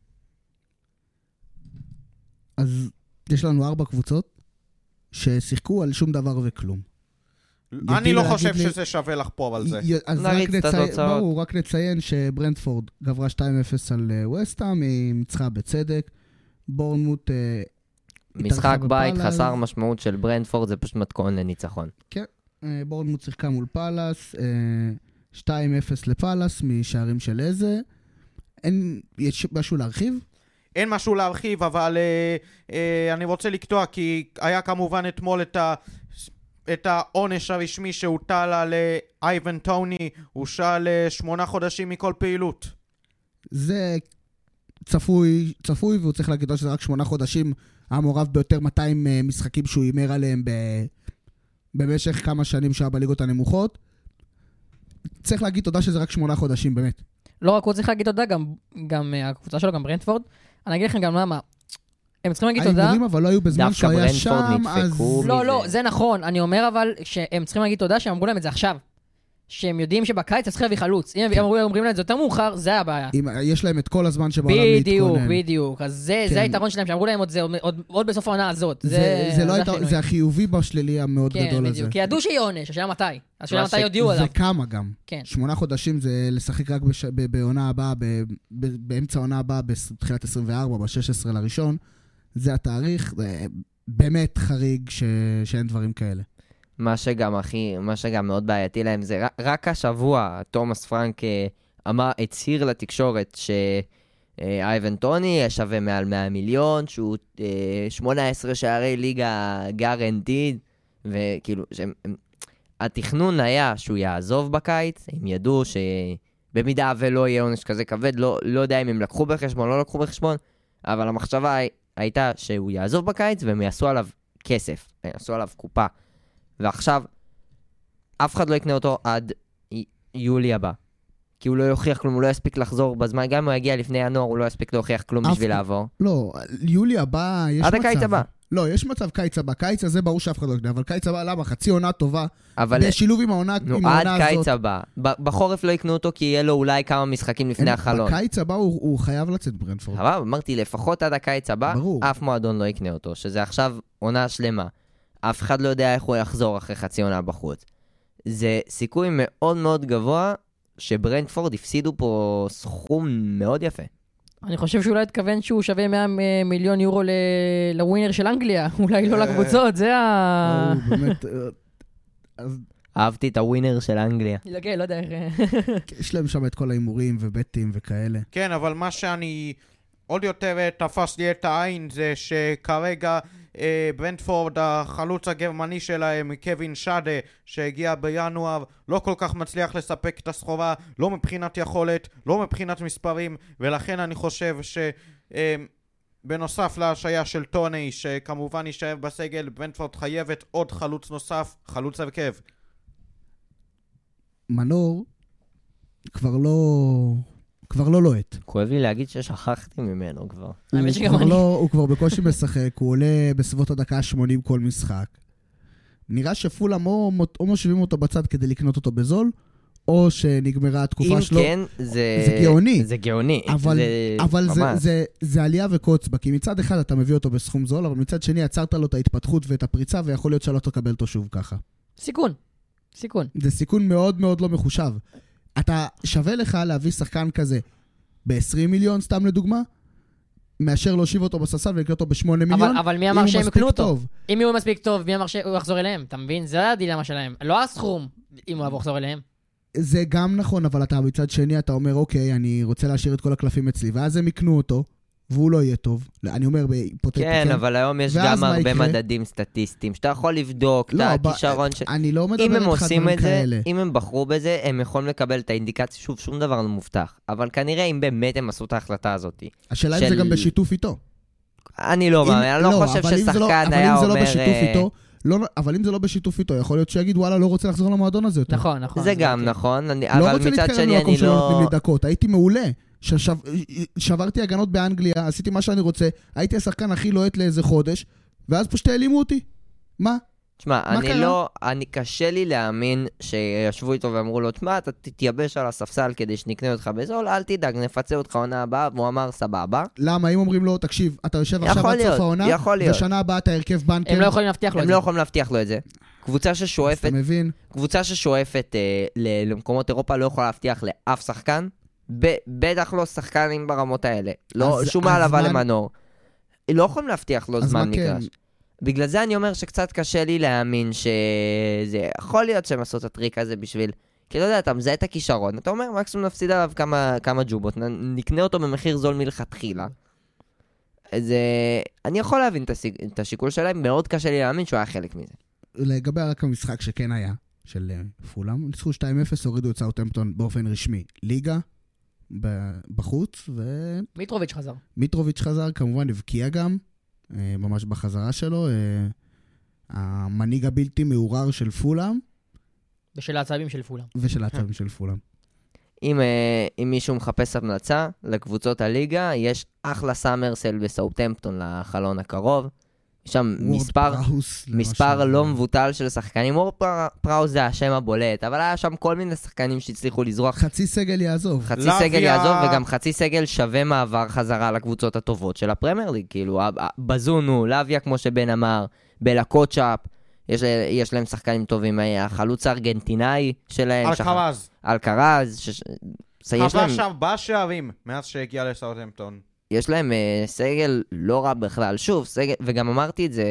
אז יש לנו ארבע קבוצות ששיחקו על שום דבר וכלום. אני לא להגיד חושב לי- שזה שווה לחפור על זה. י- אז נריץ רק את נציין, התוצאות. ברור, רק נציין שברנטפורד גברה שתיים אפס על אה, ווסטהאם, היא ניצחה בצדק. בורנמוט, אה, משחק התארחה בית בפאלאס. חסר משמעות של ברנדפורד, זה פשוט מתכון לניצחון. אה, בורנמוט שיחקה מול פאלאס, אה, שתיים אפס לפאלאס משערים של איזה. אין, יש משהו להרחיב? אין משהו להרחיב, אבל אה, אה, אני רוצה לקטוע, כי היה כמובן אתמול את, ה, את העונש הרשמי שהוטל על אה, אייבן טוני, הוא שאל אה, שמונה חודשים מכל פעילות. זה צפוי, צפוי, והוא צריך להגיד שזה רק שמונה חודשים, היה מעורב ביותר מאתיים אה, משחקים שהוא יימר עליהם ב... במשך כמה שנים שהיה בליגות הנמוכות. צריך להגיד תודה שזה רק שמונה חודשים, באמת. לא רק הוא צריך להגיד תודה, גם, גם uh, הקבוצה שלו, גם ברנטפורד. אני אגיד לכם גם למה. הם צריכים להגיד תודה. ההימורים אבל לא היו בזמן דווקא שהוא היה ברנטפורד שם, אז... נדפקו. לא, מזה. לא, זה נכון. אני אומר אבל שהם צריכים להגיד תודה שהם אמרו להם את זה עכשיו. שהם יודעים שבקיץ הם צריכים להביא חלוץ. אם הם אמרו- אומרים להם את זה יותר מאוחר, זה הבעיה. אם, יש להם את כל הזמן שבעולם בדיוק, להתכונן. בדיוק. אז זה, כן. זה היתרון שלהם, שאמרו להם עוד, זה, עוד, עוד בסוף העונה הזאת. זה, זה, זה, לא הייתה, השינוי. זה החיובי בשלילי המאוד כן, גדול הזה. בדיוק. כי ידעו שיהיה עונש, השאלה מתי. השאלה מה מתי ש- יודיעו עליו. וכמה גם. כן. שמונה חודשים זה לשחק רק בש... ב- בעונה הבאה, ב... ב... באמצע העונה הבאה, בתחילת עשרים וארבע, ב-שש עשרה לראשון. זה התאריך, זה באמת חריג ש... שאין דברים כאלה. מה שגם הכי, מה שגם מאוד בעייתי להם זה, רק, רק השבוע, תומאס פרנק אמר, הצהיר לתקשורת שאייבן טוני שווה מעל מאה מיליון, שהוא שמונה עשרה שערי ליגה גארנטיד, וכאילו, שהם, התכנון היה שהוא יעזוב בקיץ, הם ידעו שבמידה ולא יהיה עונש כזה כבד, לא, לא יודע אם הם לקחו בחשבון, לא לקחו בחשבון, אבל המחשבה הייתה שהוא יעזוב בקיץ, והם יעשו עליו כסף, הם יעשו עליו קופה. ועכשיו, אף אחד לא יקנה אותו עד י- יולי הבא. כי הוא לא יוכיח כלום, הוא לא יספיק לחזור בזמן, גם אם הוא יגיע לפני ינואר, הוא לא יספיק להוכיח כלום אף... בשביל לעבור. לא, יולי הבא יש עד מצב. הקיץ הבא. לא, יש מצב קיץ הבא. קיץ הזה ברור שאף אחד לא יקנה, אבל קיץ הבא, למה? חצי עונה טובה. אבל... בשילוב עם העונה, נו, עם העונה עד הזאת. קיץ הבא. ב- בחורף לא יקנו אותו, כי יהיה לו אולי כמה משחקים לפני אין, החלון. בקיץ הבא הוא, הוא חייב לצאת ברנפורד. אבל אמרתי, לפחות עד הקיץ הבא, ברור. אף מועדון לא יקנה אותו, שזה עכשיו עונה שלמה. אף אחד לא יודע איך הוא יחזור אחרי חצי עונה בחוץ. זה סיכוי מאוד מאוד גבוה שברנפורד הפסידו פה סכום מאוד יפה. אני חושב שאולי התכוון שהוא שווה מאה מיליון יורו ל- לווינר של אנגליה, אולי לא לקבוצות, זה ה... הוא באמת... אז אהבתי את הווינר של אנגליה. כן, לא יודע איך... יש להם שם את כל האימורים ובטים וכאלה. כן, אבל מה שאני עוד יותר אה, תפס לי את העין זה שכרגע אה, ברנטפורד, החלוץ הגרמני שלהם, קווין שדה, שהגיע בינואר, לא כל כך מצליח לספק את הסחורה, לא מבחינת יכולת, לא מבחינת מספרים, ולכן אני חושב ש... אה, בנוסף להשעיה של טוני, שכמובן יישאר בסגל, ברנטפורד חייבת עוד חלוץ נוסף, חלוץ הרכב. מנור כבר לא... כבר לא לוהט. כואב לי להגיד ששכחתי ממנו כבר. הוא האמת שגם כבר אני. לא- הוא כבר בקושי משחק, הוא עולה בסביבות הדקה שמונים כל משחק. נראה שפולאם או או מושיבים אותו בצד כדי לקנות אותו בזול, או שנגמרה התקופה אם שלו. כן, זה... זה גאוני. זה גאוני. אבל, זה... אבל זה, ממש. זה, זה עלייה וקוץ בה, כי מצד אחד אתה מביא אותו בסכום זול, אבל מצד שני עצרת לו את ההתפתחות ואת הפריצה, ויכול להיות שלא תקבל אותו שוב ככה. סיכון. סיכון. זה סיכון מאוד מאוד לא מחושב. אתה שווה לך להביא שחקן כזה ב-עשרים מיליון, סתם לדוגמה, מאשר להושיב אותו בספסל ולקנות אותו ב-שמונה מיליון. אבל, אבל מי אם אמר הוא שהם מספיק יקנו אותו? טוב. אם הוא מספיק טוב, מי אמר שהוא יחזור אליהם? אתה מבין? זה הדילמה שלהם. לא הסכום, אם הוא יבוא לחזור אליהם. זה גם נכון, אבל אתה מצד שני, אתה אומר, אוקיי, אני רוצה להשאיר את כל הקלפים אצלי, ואז הם יקנו אותו, והוא לא יהיה טוב. אני אומר, בהיפותטי, כן, אבל היום יש ואז גם מה הרבה יקרה? מדדים סטטיסטיים, שאתה יכול לבדוק לא, את ב- הכישרון של... אני לא אם מדבר הם איתך עושים דברים את זה, כאלה. אם הם בחרו בזה, הם יכולים לקבל את האינדיקציה, שוב, שום דבר לא מובטח. אבל כנראה אם באמת הם עשו את ההחלטה הזאת. השאלה אם של- זה גם בשיתוף איתו. אני לא אם- מאמין, אני לא חושב אבל אם זה לא- ששחקן אבל היה אם זה לא אומר... בשיתוף אה, איתו, לא, אבל אם זה לא בשיתוף איתו, יכול להיות שיגיד, וואלה, לא רוצה לחזור למועדון הזה יותר. נכון, נכון. זה גם כן. נכון, אני- לא אבל רוצה מצד להתקרב שני למקום אני שלא נותנים לא... לי דקות. הייתי מעולה. ששב... שברתי הגנות באנגליה, עשיתי מה שאני רוצה, הייתי השחקן הכי לוהט לאיזה חודש, ואז פשוט העלימו אותי. מה? תשמע, אני קרה? לא... אני קשה לי להאמין שישבו איתו ואמרו לו, תשמע, אתה תתייבש על הספסל כדי שנקנה אותך בזול, אל תדאג, נפצה אותך עונה הבאה, והוא אמר, סבבה. למה? אם אומרים לו, תקשיב, אתה יושב עכשיו יכול עד סוף להיות, העונה, יכול להיות. ושנה הבאה אתה הרכב בנקר, הם לא יכולים להבטיח לו את הם זה. לא יכולים להבטיח לו את זה. קבוצה ששואפת, אתה מבין? קבוצה ששואפת אה, ל- למקומות אירופה לא יכולה להבטיח לאף שחקן, ב- בטח לא שחקנים ברמות האלה. לא, אז- שום אז העלבה מה- למנור. לא יכולים להבטיח לו אז זמן מה כן? מגרש. בגלל זה אני אומר שקצת קשה לי להאמין שזה יכול להיות שהם עשו את הטריק הזה בשביל... כי לא יודע, אתה מזהה את הכישרון, אתה אומר, מקסימום נפסיד עליו כמה, כמה ג'ובות, נ- נקנה אותו במחיר זול מלכתחילה. אז אה, אני יכול להבין את, הסיג... את השיקול שלהם, מאוד קשה לי להאמין שהוא היה חלק מזה. לגבי רק המשחק שכן היה, של אה, פולאם, ניצחו שתיים אפס, הורידו את סאות'המפטון באופן רשמי. ליגה, ב- בחוץ, מיטרוביץ' חזר. ומיטרוביץ' חזר, כמובן הבקיע גם, אה, ממש בחזרה שלו, אה, המנהיג הבלתי מעורר של פולאם, בשל העצבים של פולאם. ושל העצבים של פולאם. אם, אה, אם מישהו מחפש המלצה לקבוצות הליגה, יש אחלה סאמרסל בסאות'המפטון לחלון הקרוב. יש שם מספר, וורד פראוס, מספר למשל. לא מבוטל של שחקנים. וורד פר- פראוס זה השם הבולט, אבל היה שם כל מיני שחקנים שהצליחו לזרוח. חצי סגל יעזוב. חצי לוויה- סגל יעזוב, וגם חצי סגל שווה מעבר חזרה לקבוצות הטובות של הפרמייר ליג. כאילו, ה- ה- בזונו, לוויה, כמו שבן אמר, בלה קוצ'אפ, יש, יש להם שחקנים טובים. החלוץ הארגנטינאי שלהם, אלקרז. אלקרז, ש... ש... יש להם... כבש ארבעה שערים מאז שהגיע לסאות'המפטון. יש להם uh, סגל לא רע בכלל. שוב, סגל, וגם אמרתי את זה,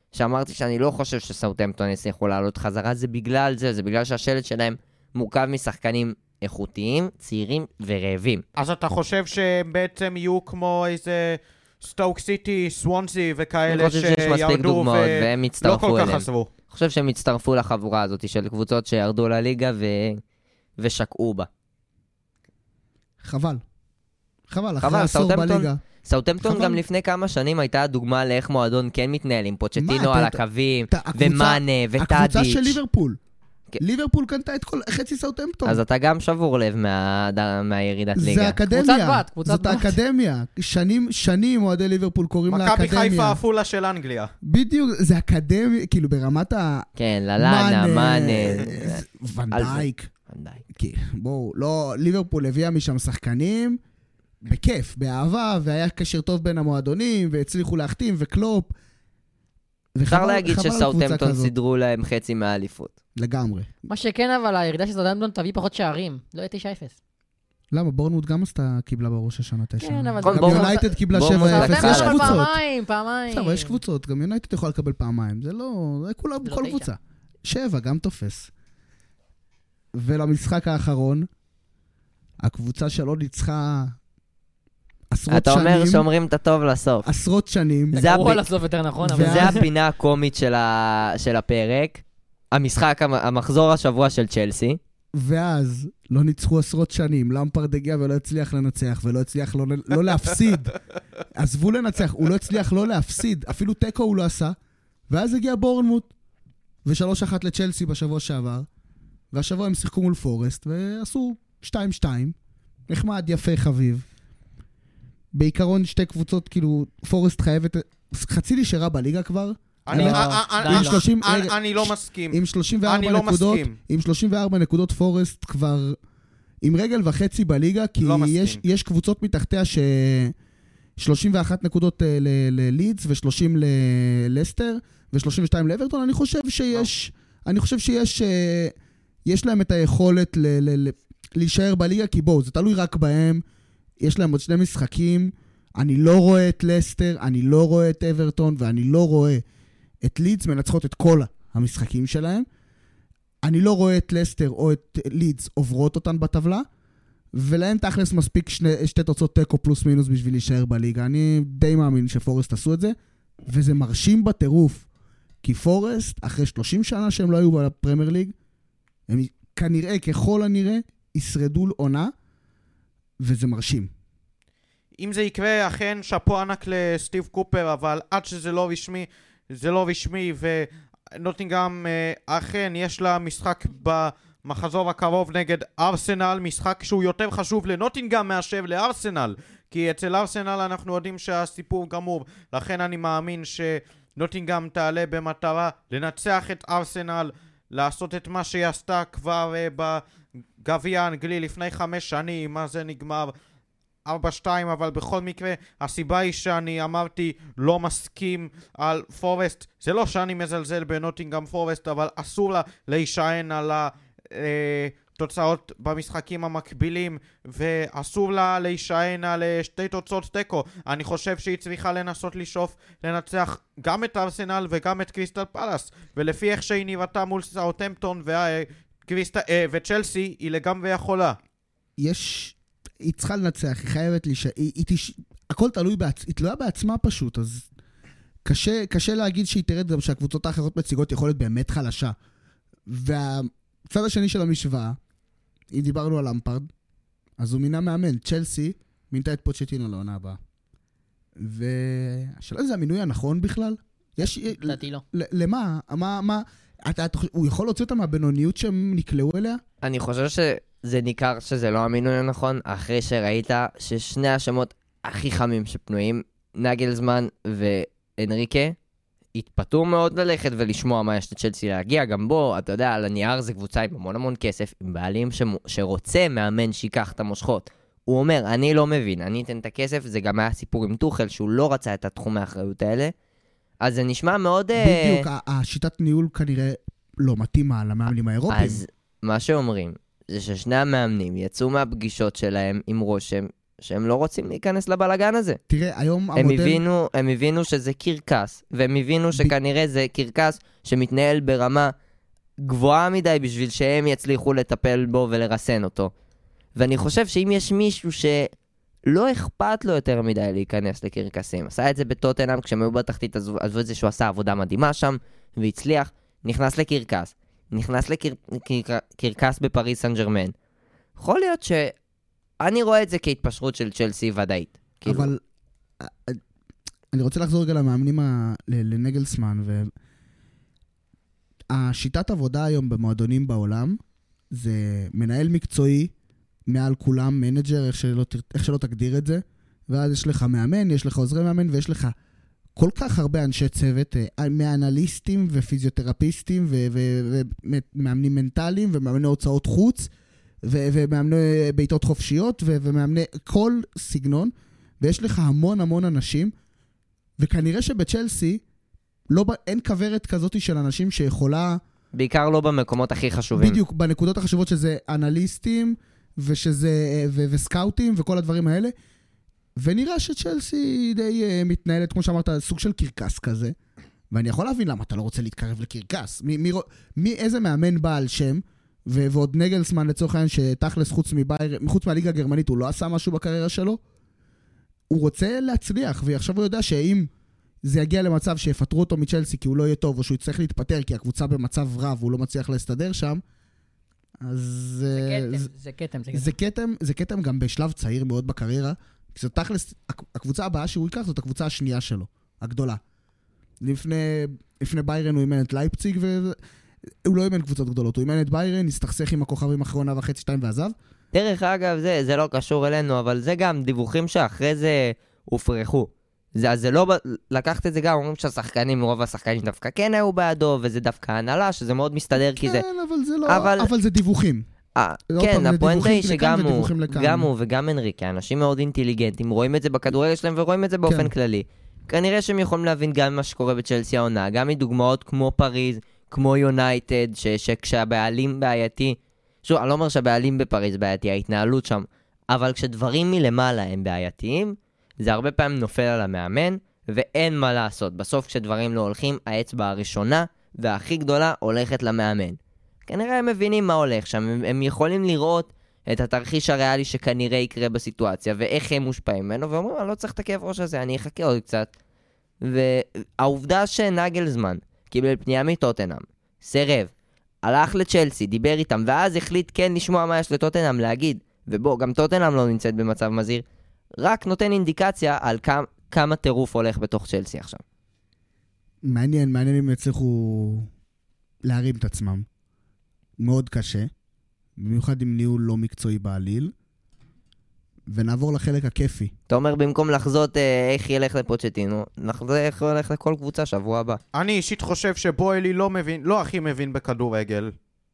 שאמרתי שאני לא חושב שסאות'המפטון יצליחו לעלות חזרה, זה בגלל זה, זה בגלל שהשלט שלהם מורכב משחקנים איכותיים, צעירים ורעבים. אז אתה חושב שהם בעצם יהיו כמו איזה סטוק סיטי, סוונסי וכאלה שירדו ולא כל כך עזבו? אני חושב שהם הצטרפו לחבורה הזאת של קבוצות שירדו לליגה ו... ושקעו בה. חבל. חבל, אחרי עשור בליגה. סאות'המפטון גם לפני כמה שנים הייתה הדוגמה לאיך מועדון כן מתנהל, עם פוצ'טינו על הקווים, ומאנה, וטאדיץ'. הקבוצה של ליברפול. ליברפול קנתה את כל חצי סאות'המפטון. אז אתה גם שבור לב מהירידת ליגה. זה אקדמיה. קבוצת בת, קבוצת בת. זאת האקדמיה. שנים, שנים אוהדי ליברפול קוראים לה אקדמיה. מכבי חיפה עפולה של אנגליה. בדיוק, זה אקדמיה, כאילו ברמת ה... כן, ללאנה, מאנה. ונדייק. בואו, לא, ליברפול הביאה משם שחקנים, בכיף, באהבה, והיה קשר טוב בין המועדונים, והצליחו להחתים, וקלופ. אפשר להגיד שסאות'המפטון סידרו להם חצי מהאליפות. לגמרי. מה שכן, אבל הירידה של סאות'המפטון תביא פחות שערים. לא יהיה תשע אפס. למה? בורנמוט גם עשתה קיבלה בראש השנה תשע. כן, אבל... גם יונייטד קיבלה שבע אפס. יש קבוצות. פעמיים, פעמיים. בסדר, יש קבוצות. גם יונייטד יכולה לקבל פעמיים. זה לא... זה כולה בכל קבוצה. שבע, גם תופס. ולמשחק האחרון, הקבוצה שלא ניצחה עשרות אתה שנים. אומר שאומרים את הטוב לסוף. עשרות שנים. זה קראו לסוף יותר נכון. זה הפינה הקומית של הפרק. המשחק, המחזור השבוע של צ'לסי. ואז לא ניצחו עשרות שנים. למפרד הגיע ולא הצליח לנצח, ולא הצליח לא, לא להפסיד. עזבו לנצח, הוא לא הצליח לא להפסיד. אפילו טקו הוא לא עשה. ואז הגיע בורנמוט. ושלוש אחת לצ'לסי בשבוע שעבר. והשבוע הם שיחקו מול פורסט, ועשו שתיים שתיים. נחמד, יפה, חביב. בעיקרון שתי קבוצות, כאילו, פורסט חייבת... חצי נשארה בליגה כבר. אני לא מסכים. עם שלושים וארבע נקודות, עם שלושים וארבע נקודות פורסט כבר עם רגל וחצי בליגה, כי יש קבוצות מתחתיה ש... שלושים ואחת נקודות ללידס ו-שלושים ללסטר ו-שלושים ושתיים לאברטון. אני חושב שיש... אני חושב שיש... יש להם את היכולת להישאר בליגה, כי בואו, זה תלוי רק בהם. יש להם עוד שני משחקים. אני לא רואה את לסטר, אני לא רואה את אברטון, ואני לא רואה את לידס מנצחות את כל המשחקים שלהם. אני לא רואה את לסטר או את לידס עוברות אותן בטבלה, ולהם תכלס מספיק שני, שתי תוצאות טקו פלוס מינוס בשביל להישאר בליגה. אני די מאמין שפורסט עשו את זה, וזה מרשים בטירוף. כי פורסט, אחרי שלושים שנה שהם לא היו בפרמייר ליג, הם כנראה, ככל הנראה, ישרדו לעונה, וזה מרשים. אם זה יקרה, אכן שפו ענק לסטיב קופר, אבל עד שזה לא רשמי, זה לא רשמי, ונוטינגהאם אכן יש לה משחק במחזור הקרוב נגד ארסנל, משחק שהוא יותר חשוב לנוטינגהאם מאשר לארסנל, כי אצל ארסנל אנחנו יודעים שהסיפור גמור, לכן אני מאמין שנוטינגהאם תעלה במטרה לנצח את ארסנל, לעשות את מה שהיא עשתה כבר בגביע האנגלי לפני חמש שנים, מה זה נגמר ארבע שתיים, אבל בכל מקרה הסיבה היא שאני אמרתי לא מסכים על פורסט. זה לא שאני מזלזל בנוטינגהאם פורסט, אבל אסור לה להישען על התוצאות במשחקים המקבילים, ואסור לה להישען על שתי תוצאות טקו. אני חושב שהיא צריכה לנסות לשאוף לנצח גם את ארסנל וגם את קריסטל פלאס, ולפי איך שהיא נראתה מול סאות'המפטון וצ'לסי היא לגמרי יכולה. יש... היא צריכה לנצח, היא חייבת להישאר, היא, היא תש... הכל תלוי, בעצ... היא תלויה בעצמה פשוט, אז קשה, קשה להגיד שהיא תרד גם שהקבוצות האחרות מציגות יכולת באמת חלשה. והצד השני של המשוואה, אם דיברנו על למפרד, אז הוא מינה מאמן, צ'לסי, מינתה את פוצ'טינו לעונה הבאה. והשאלה זה המינוי הנכון בכלל? יש... לדעתי לא. למה? מה, מה... אתה, הוא יכול להוציא אותה מהבינוניות שהם נקלעו אליה? אני חושב שזה ניכר שזה לא המינוי הנכון, אחרי שראית ששני השמות הכי חמים שפנויים, נגלזמן ואנריקה, התפתו מאוד ללכת ולשמוע מה יש לצ'לסי להגיע. גם בו, אתה יודע, על הנייר זה קבוצה עם המון המון כסף, עם בעלים ש... שרוצה מאמן שיקח את המושכות. הוא אומר, אני לא מבין, אני אתן את הכסף, זה גם היה סיפור עם טוחל, שהוא לא רצה את התחום האחריות האלה. אז זה נשמע מאוד... בדיוק, השיטת ניהול כנראה לא מתאימה למאמנים האירופיים. אז מה שאומרים, זה ששני המאמנים יצאו מהפגישות שלהם עם רושם שהם לא רוצים להיכנס לבלגן הזה. תראה, היום הם המודל... הבינו, הם הבינו שזה קרקס, והם הבינו שכנראה זה קרקס שמתנהל ברמה גבוהה מדי בשביל שהם יצליחו לטפל בו ולרסן אותו. ואני חושב שאם יש מישהו שלא אכפת לו יותר מדי להיכנס לקרקסים, עשה את זה בטוטנהאם כשהם היו בתחתית, עזבו את זה שהוא עשה עבודה מדהימה שם, והצליח, נכנס לקרקס, נכנס לקרקס בפריז סן ז'רמן. יכול להיות שאני רואה את זה כהתפשרות של צ'לסי ודאית. אבל אני רוצה לחזור רגע למאמנים לנגלסמן, והשיטת עבודה היום במועדונים בעולם, זה מנהל מקצועי, מעל כולם, מנג'ר, איך שלא, איך שלא תגדיר את זה, ואז יש לך מאמן, יש לך עוזרי מאמן, ויש לך כל כך הרבה אנשי צוות, מאנליסטים ופיזיותרפיסטים, ומאמנים מנטליים, ומאמני הוצאות חוץ, ומאמני בעיטות חופשיות, ומאמני כל סגנון, ויש לך המון המון אנשים, וכנראה שבצ'לסי, לא, אין כברת כזאת של אנשים שיכולה... בעיקר לא במקומות הכי חשובים. בדיוק, בנקודות החשובות שזה אנליסטים, ושזה, ו- וסקאוטים, וכל הדברים האלה. ונראה שצ'לסי די uh, מתנהלת, כמו שאמרת, סוג של קרקס כזה. ואני יכול להבין למה אתה לא רוצה להתקרב לקרקס. מי, מי, מי איזה מאמן בעל שם, ו- ועוד נגלסמן לצורך העניין, שתכלס חוץ מבייר, חוץ מהליגה הגרמנית, הוא לא עשה משהו בקריירה שלו. הוא רוצה להצליח, ועכשיו הוא יודע שאם זה יגיע למצב שיפטרו אותו מצ'לסי, כי הוא לא יהיה טוב, או שהוא יצטרך להתפטר, כי הקבוצה במצב רע, והוא לא מצליח להסתדר שם, אז... זה קטם, זה קטם, זה קטם גם בשלב צעיר מאוד בקריירה, כי זאת תכלס, הקבוצה הבאה שהוא ייקח, זאת הקבוצה השנייה שלו, הגדולה. לפני, לפני ביירן הוא אימן את לייפציג, והוא לא אימן קבוצות גדולות, הוא אימן את ביירן, הסתכסך עם הכוכבים אחרי עונה וחצי, שתיים ועזב. דרך אגב, זה, זה לא קשור אלינו, אבל זה גם דיווחים שאחרי זה הופרחו. זה, אז זה לא, לקחת את זה גם, אומרים שהשחקנים, רוב השחקנים דווקא כן היו בעדו, וזה דווקא הנהלה, שזה מאוד מסתדר, כי זה... כן, אבל זה לא... אבל, אבל זה דיווחים. 아, כן, הפואנטה היא שגם הוא, גם הוא וגם אנריקה, אנשים מאוד אינטליגנטים, רואים את זה בכדורגל שלהם ורואים את זה באופן כן. כללי. כנראה שהם יכולים להבין גם מה שקורה בצ'לסי העונה, גם מדוגמאות כמו פריז, כמו יונייטד, ש- שכשהבעלים בעייתי, שוב, אני לא אומר שהבעלים בפריז בעייתי, ההתנהלות שם, אבל כשדברים מלמעלה הם בעייתיים, זה הרבה פעמים נופל על המאמן, ואין מה לעשות. בסוף כשדברים לא הולכים, האצבע הראשונה והכי גדולה הולכת למאמן. כנראה הם מבינים מה הולך שם, הם, הם יכולים לראות את התרחיש הריאלי שכנראה יקרה בסיטואציה, ואיך הם מושפעים ממנו, ואומרים, אני לא צריך את הכאב ראש הזה, אני אחכה עוד קצת. והעובדה שנגלזמן קיבל פנייה מטוטנהאם, סרב, הלך לצ'לסי, דיבר איתם, ואז החליט כן לשמוע מה יש לטוטנהאם להגיד, ובוא, גם טוטנהאם לא נמצאת במצב מזהיר, רק נותן אינדיקציה על כמה, כמה טירוף הולך בתוך צ'לסי עכשיו. מעניין, מעניין אם יצליחו להרים את עצמם. מאוד קשה, במיוחד עם ניהול לא מקצועי בעליל, ונעבור לחלק הכיפי. אתה אומר, במקום לחזות אה, איך ילך לפוצ'טינו, נחזור איך הולך לכל קבוצה שבוע הבא. אני אישית חושב שבוילי לא מבין, לא הכי מבין בכדורגל.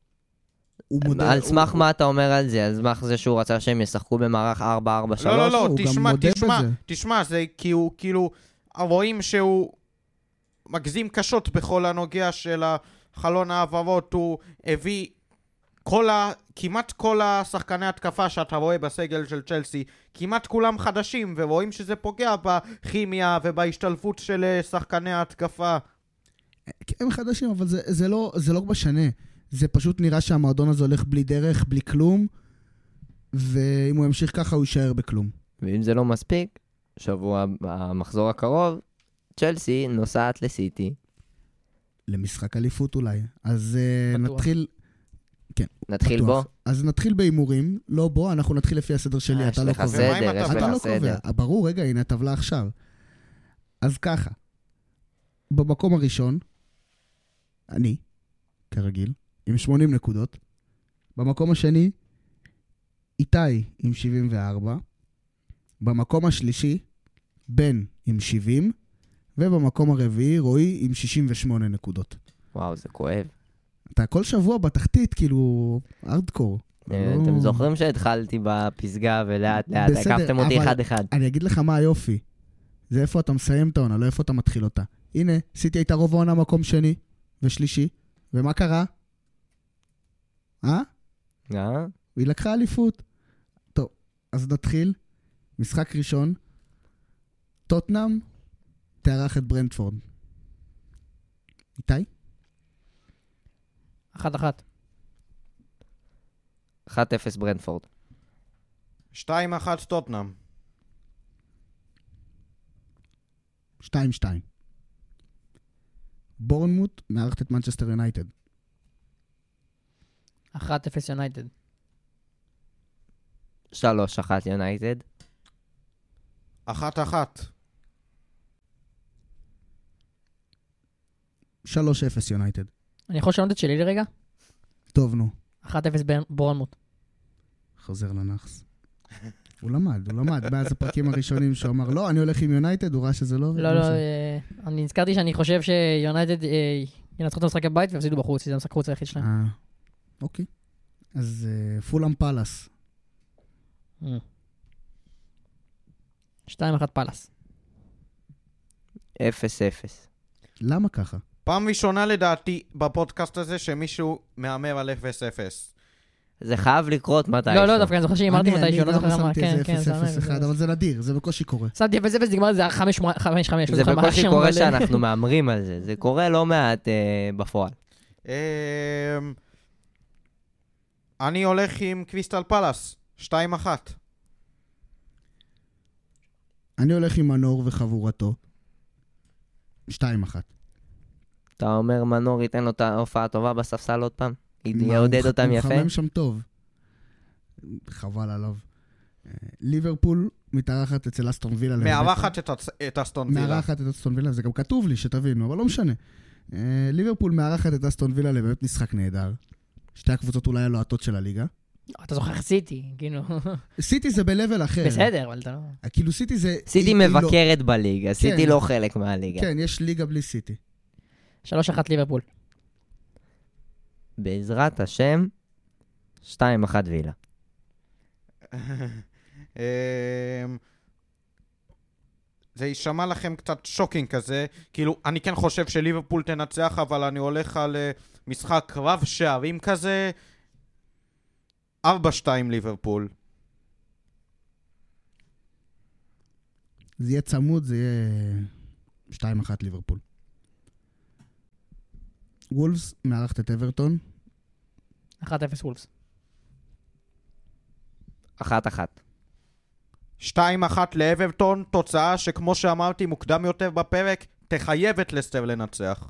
על סמך מה אתה אומר על זה? על סמך זה שהוא רצה שהם ישחקו במערך ארבע ארבע שלוש? לא, לא, לא, תשמע, תשמע, תשמע, זה כאילו, כאילו, רואים שהוא מגזים קשות בכל הנוגע של החלון העברות, הוא הביא כל ה... כמעט כל השחקני התקפה שאתה רואה בסגל של צ'לסי, כמעט כולם חדשים, ורואים שזה פוגע בכימיה ובהשתלפות של שחקני ההתקפה. הם חדשים, אבל זה, זה לא, זה לא משנה. זה פשוט נראה שהמועדון הזה הולך בלי דרך, בלי כלום, ואם הוא ימשיך ככה הוא יישאר בכלום. ואם זה לא מספיק, שבוע המחזור הקרוב, צ'לסי נוסעת לסיטי. למשחק אליפות אולי. אז uh, נתחיל... כן. נתחיל בו? אז נתחיל באימורים. לא בו, אנחנו נתחיל לפי הסדר שלי, אתה לא קובע. סדר, אתה לא קובע. ברור, רגע, הנה הטבלה עכשיו. אז ככה. במקום הראשון, אני, כרגיל, עם שמונים נקודות. במקום השני, איתי עם שבעים וארבע. במקום השלישי, בן עם שבעים. ובמקום הרביעי, רועי עם שישים ושמונה נקודות. וואו, זה כואב. אתה כל שבוע בתחתית, כאילו, ארדקור. אתם זוכרים שהתחלתי בפסגה ולאט לאט, הקפתם אותי אחד אחד. אני אגיד לך מה היופי. זה איפה אתה מסיים את העונה, לא איפה אתה מתחיל אותה. הנה, סיטי הייתה רוב העונה מקום שני ושלישי, ומה קרה? אה? אה? היא לקחה אליפות. טוב, אז נתחיל משחק ראשון, טוטנאם תארח את ברנטפורד. איתי? אחת אחת. אחת אפס ברנטפורד. שתיים אחת טוטנאם. שתיים שתיים. בורנמוט מארחת את מנצ'סטר יונייטד. אחת אפס יונייטד. שלוש אחת יונייטד. אחת אחת. שלוש אפס יונייטד. אני יכול לשנות את שלי לרגע? טוב, נו. אחת אפס בורנמוט. חוזר לנחס. הוא למד, הוא למד. מאז הפרקים הראשונים שהוא אמר, לא, אני הולך עם יונייטד, הוא ראה שזה לא... לא, לא, אה, אני נזכרתי שאני חושב שיונייטד אה, ינצחו את המשחק הבית ויפסידו בחוץ, זה המשחק חוץ היחיד שלהם. אה, אוקיי. אז אה, פולאם פלאס. שתיים אחת פלאס. אפס אפס. למה ככה? פעם ראשונה לדעתי בפודקאסט הזה שמישהו מאמר על אפס אפס. זה חייב לקרות מתי. לא, לא, דווקא אני זוכר שאימרתי אני- מתישהו, לא אני זוכר גם למה. שמתי כן, איזה כן, אפס זה אפס אחד, באמת. אבל זה נדיר, זה בקושי קורה. שמתי אפס אפס, נגמר, זה היה חמש חמש. זה בקושי קורה שאנחנו מאמרים על זה. זה קורה לא מעט אה, בפועל. אמ, אני הולך עם קריסטל פלאס. שתיים אחת. אני הולך עם מנור וחבורתו. שתיים אחת. אתה אומר מנור ייתן לו את ההופעה טובה בספסל עוד פעם? מה, יעודד הוא- אותם יפה? הוא מחמם שם טוב. חבל עליו. אה, ליברפול מתארחת אצל אסטון וילה. מארחת את הצ- את אסטון וילה. מארחת את אסטון וילה, זה גם כתוב לי, שתבינו, אבל לא משנה. אה, ליברפול מארחת את אסטון וילה לבאמת משחק נהדר. שתי הקבוצות אולי הלוהטות של הליגה. אתה זוכר סיטי, כאילו. סיטי זה ב-level אחר. בסדר, אבל אתה לא... כאילו סיטי זה... סיטי היא- היא לא- מבקרת בליגה, סיטי לא חלק מהליגה. כן, יש ליגה בלי סיטי. שלוש אחת ליברפול. בעזרת השם, שתיים אחת וילה. אמ, זה יישמע לכם קצת שוקינג כזה, כאילו אני כן חושב שליברפול תנצח, אבל אני הולך על אה, משחק רב שערים כזה, ארבע שתיים ליברפול. זה יהיה צמוד, זה יהיה שתיים אחת ליברפול. וולפס מארחת את אברטון. אחת אפס וולפס. אחת אחת. שתיים אחת לאברטון, תוצאה שכמו שאמרתי מוקדם יותר בפרק, תחייב את לסטר לנצח.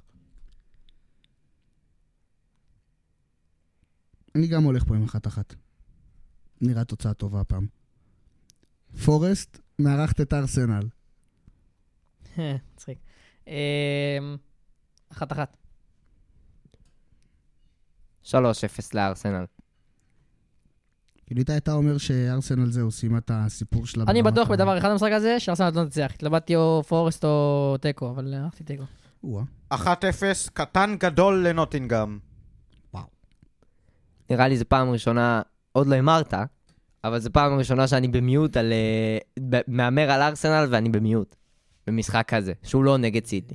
אני גם הולך פה עם אחת אחת. נראה תוצאה טובה הפעם. פורסט מארחת את ארסנל. מצחיק. אמ, אחת אחת. שלוש אפס לארסנל. כאילו איתה אתה אומר שארסנל זהו, סיימה את הסיפור שלה. אני ברמת בטוח ה- בדבר אחד במשחק הזה, שארסנל לא תנצח. התלבטתי או פורסט או טקו, אבל הלכתי טקו. או-אה. אחת אפס, קטן גדול לנוטינגאם. נראה לי זו פעם ראשונה, עוד לא אמרת, אבל זו פעם ראשונה שאני במיוט על... אה, ב- מאמר על ארסנל ואני במיוט. במשחק כזה, שהוא לא נגד סיטי.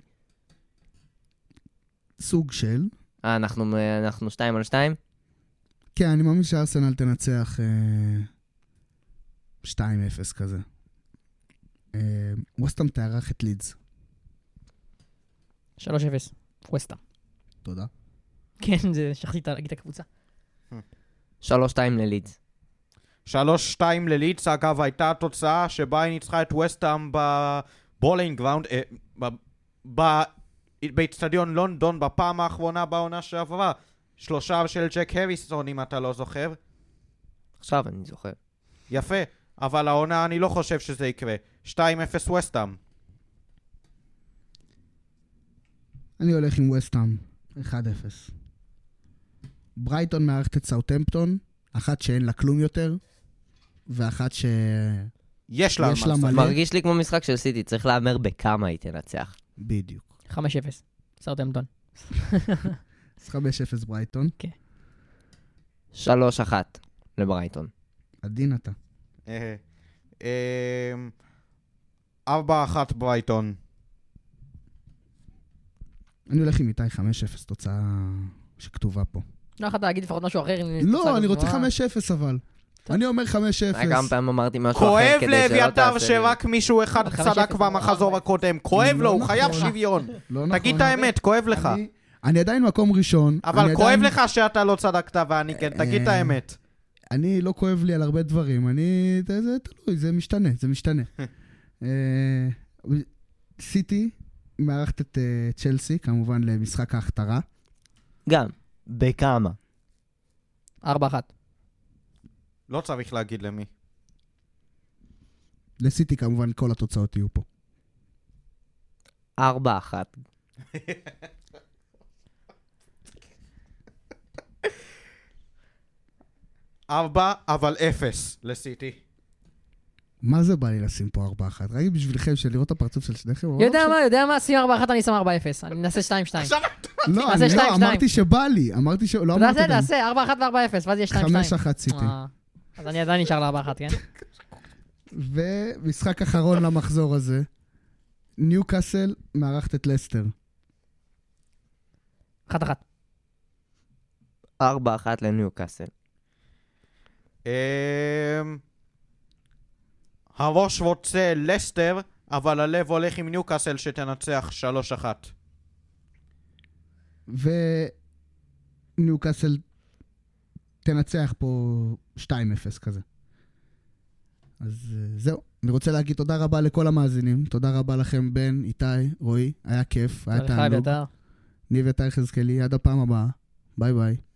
סוג של... אה, אנחנו, אנחנו שתיים על שתיים? כן, אני מאמין שארסנל תנצח אה, שתיים אפס כזה. אה, ווסטהאם תארח את לידס. שלוש אפס. ווסטהאם. תודה. כן, זה שכחתי להגיד את הקבוצה. שלוש שתיים ללידס. שלוש שתיים ללידס, אגב, הייתה התוצאה שבה היא ניצחה את ווסטהאם בבולינג גראונד, אה, ב- ב- באצטדיון לונדון בפעם האחרונה בעונה שעברה. שלושה של ג'ק הריסון, אם אתה לא זוכר. עכשיו אני זוכר. יפה, אבל העונה אני לא חושב שזה יקרה. שתיים אפס ווסטהאם. אני הולך עם ווסטהאם. אחד אפס. ברייטון מארחת את סאוטהמפטון. אחת שאין לה כלום יותר. ואחת ש... יש לה על יש מה לה לשחק. מלא. מרגיש לי כמו משחק של סיטי, צריך להמר בכמה היא תנצח. בדיוק. חמש אפס. סאוטהמפטון. אז חמש אפס ברייטון. שלוש אחת לברייטון. עדין אתה. אה, אה, ארבע אחת ברייטון. אני הולך עם איתי חמש אפס, תוצאה שכתובה פה. לא יכולת להגיד לפחות משהו אחר. אם לא, תוצאה אני רוצה גבוהה. חמש אפס אבל. אני אומר חמש אפס. כמה פעמים אמרתי משהו אחר כואב כדי שלא לאביתר תעשה לי. שרק מישהו אחד חמש צדק אפס במחזור הקודם. כואב לא לו, הוא נכון. חייב שוויון. לא נכון. תגיד את האמת, כואב לך. אני- אני עדיין מקום ראשון. אבל אני כואב עדיין- לך שאתה לא צדקת ואני כן, תגיד את אה, האמת. אני לא כואב לי על הרבה דברים. אני... זה זה תלוי, זה משתנה, זה משתנה. אה, סיטי מארחת את אה, צ'לסי, כמובן למשחק ההכתרה. גם. בכמה? ארבע אחת. לא צריך להגיד למי. לסיטי כמובן כל התוצאות יהיו פה. ארבע אחת. ארבע, אבל אפס לסיטי. מה זה בא לי לשים פה ארבע אחת? ראי בשבילכם של לראות את הפרצוף של שניכם? הוא יודע אמר מה, יודע מה, שים ארבע אחת, אני שם ארבע אפס. אני נעשה שתיים שתיים. עכשיו ש- לא, נעשה אני שתיים, לא, שתיים. אמרתי שבא לי. אמרתי ש... לא אמרתי תעשה, להם. תעשה, ארבע אחת וארבע אפס, ואז יהיה שתיים שתיים. חמש אחת סיטי. אה, אז אני עדיין נשאר לארבע אחת, כן? ומשחק אחרון למחזור הזה. ניוקאסל מארחת את לסטר. אחת אחת. ארבע אחת לניוקאסל. אמ, הראש רוצה לסטר, אבל הלב הולך עם ניוקאסל שתנצח שלוש אחת. וניוקאסל תנצח פה שתיים אפס כזה. אז אה, זהו. אני רוצה להגיד תודה רבה לכל המאזינים. תודה רבה לכם, בן, איתי, רועי. היה כיף, היה תודה לך, תענוג. אביתר. ניב ויתר חזקאלי, עד הפעם הבאה. ביי ביי.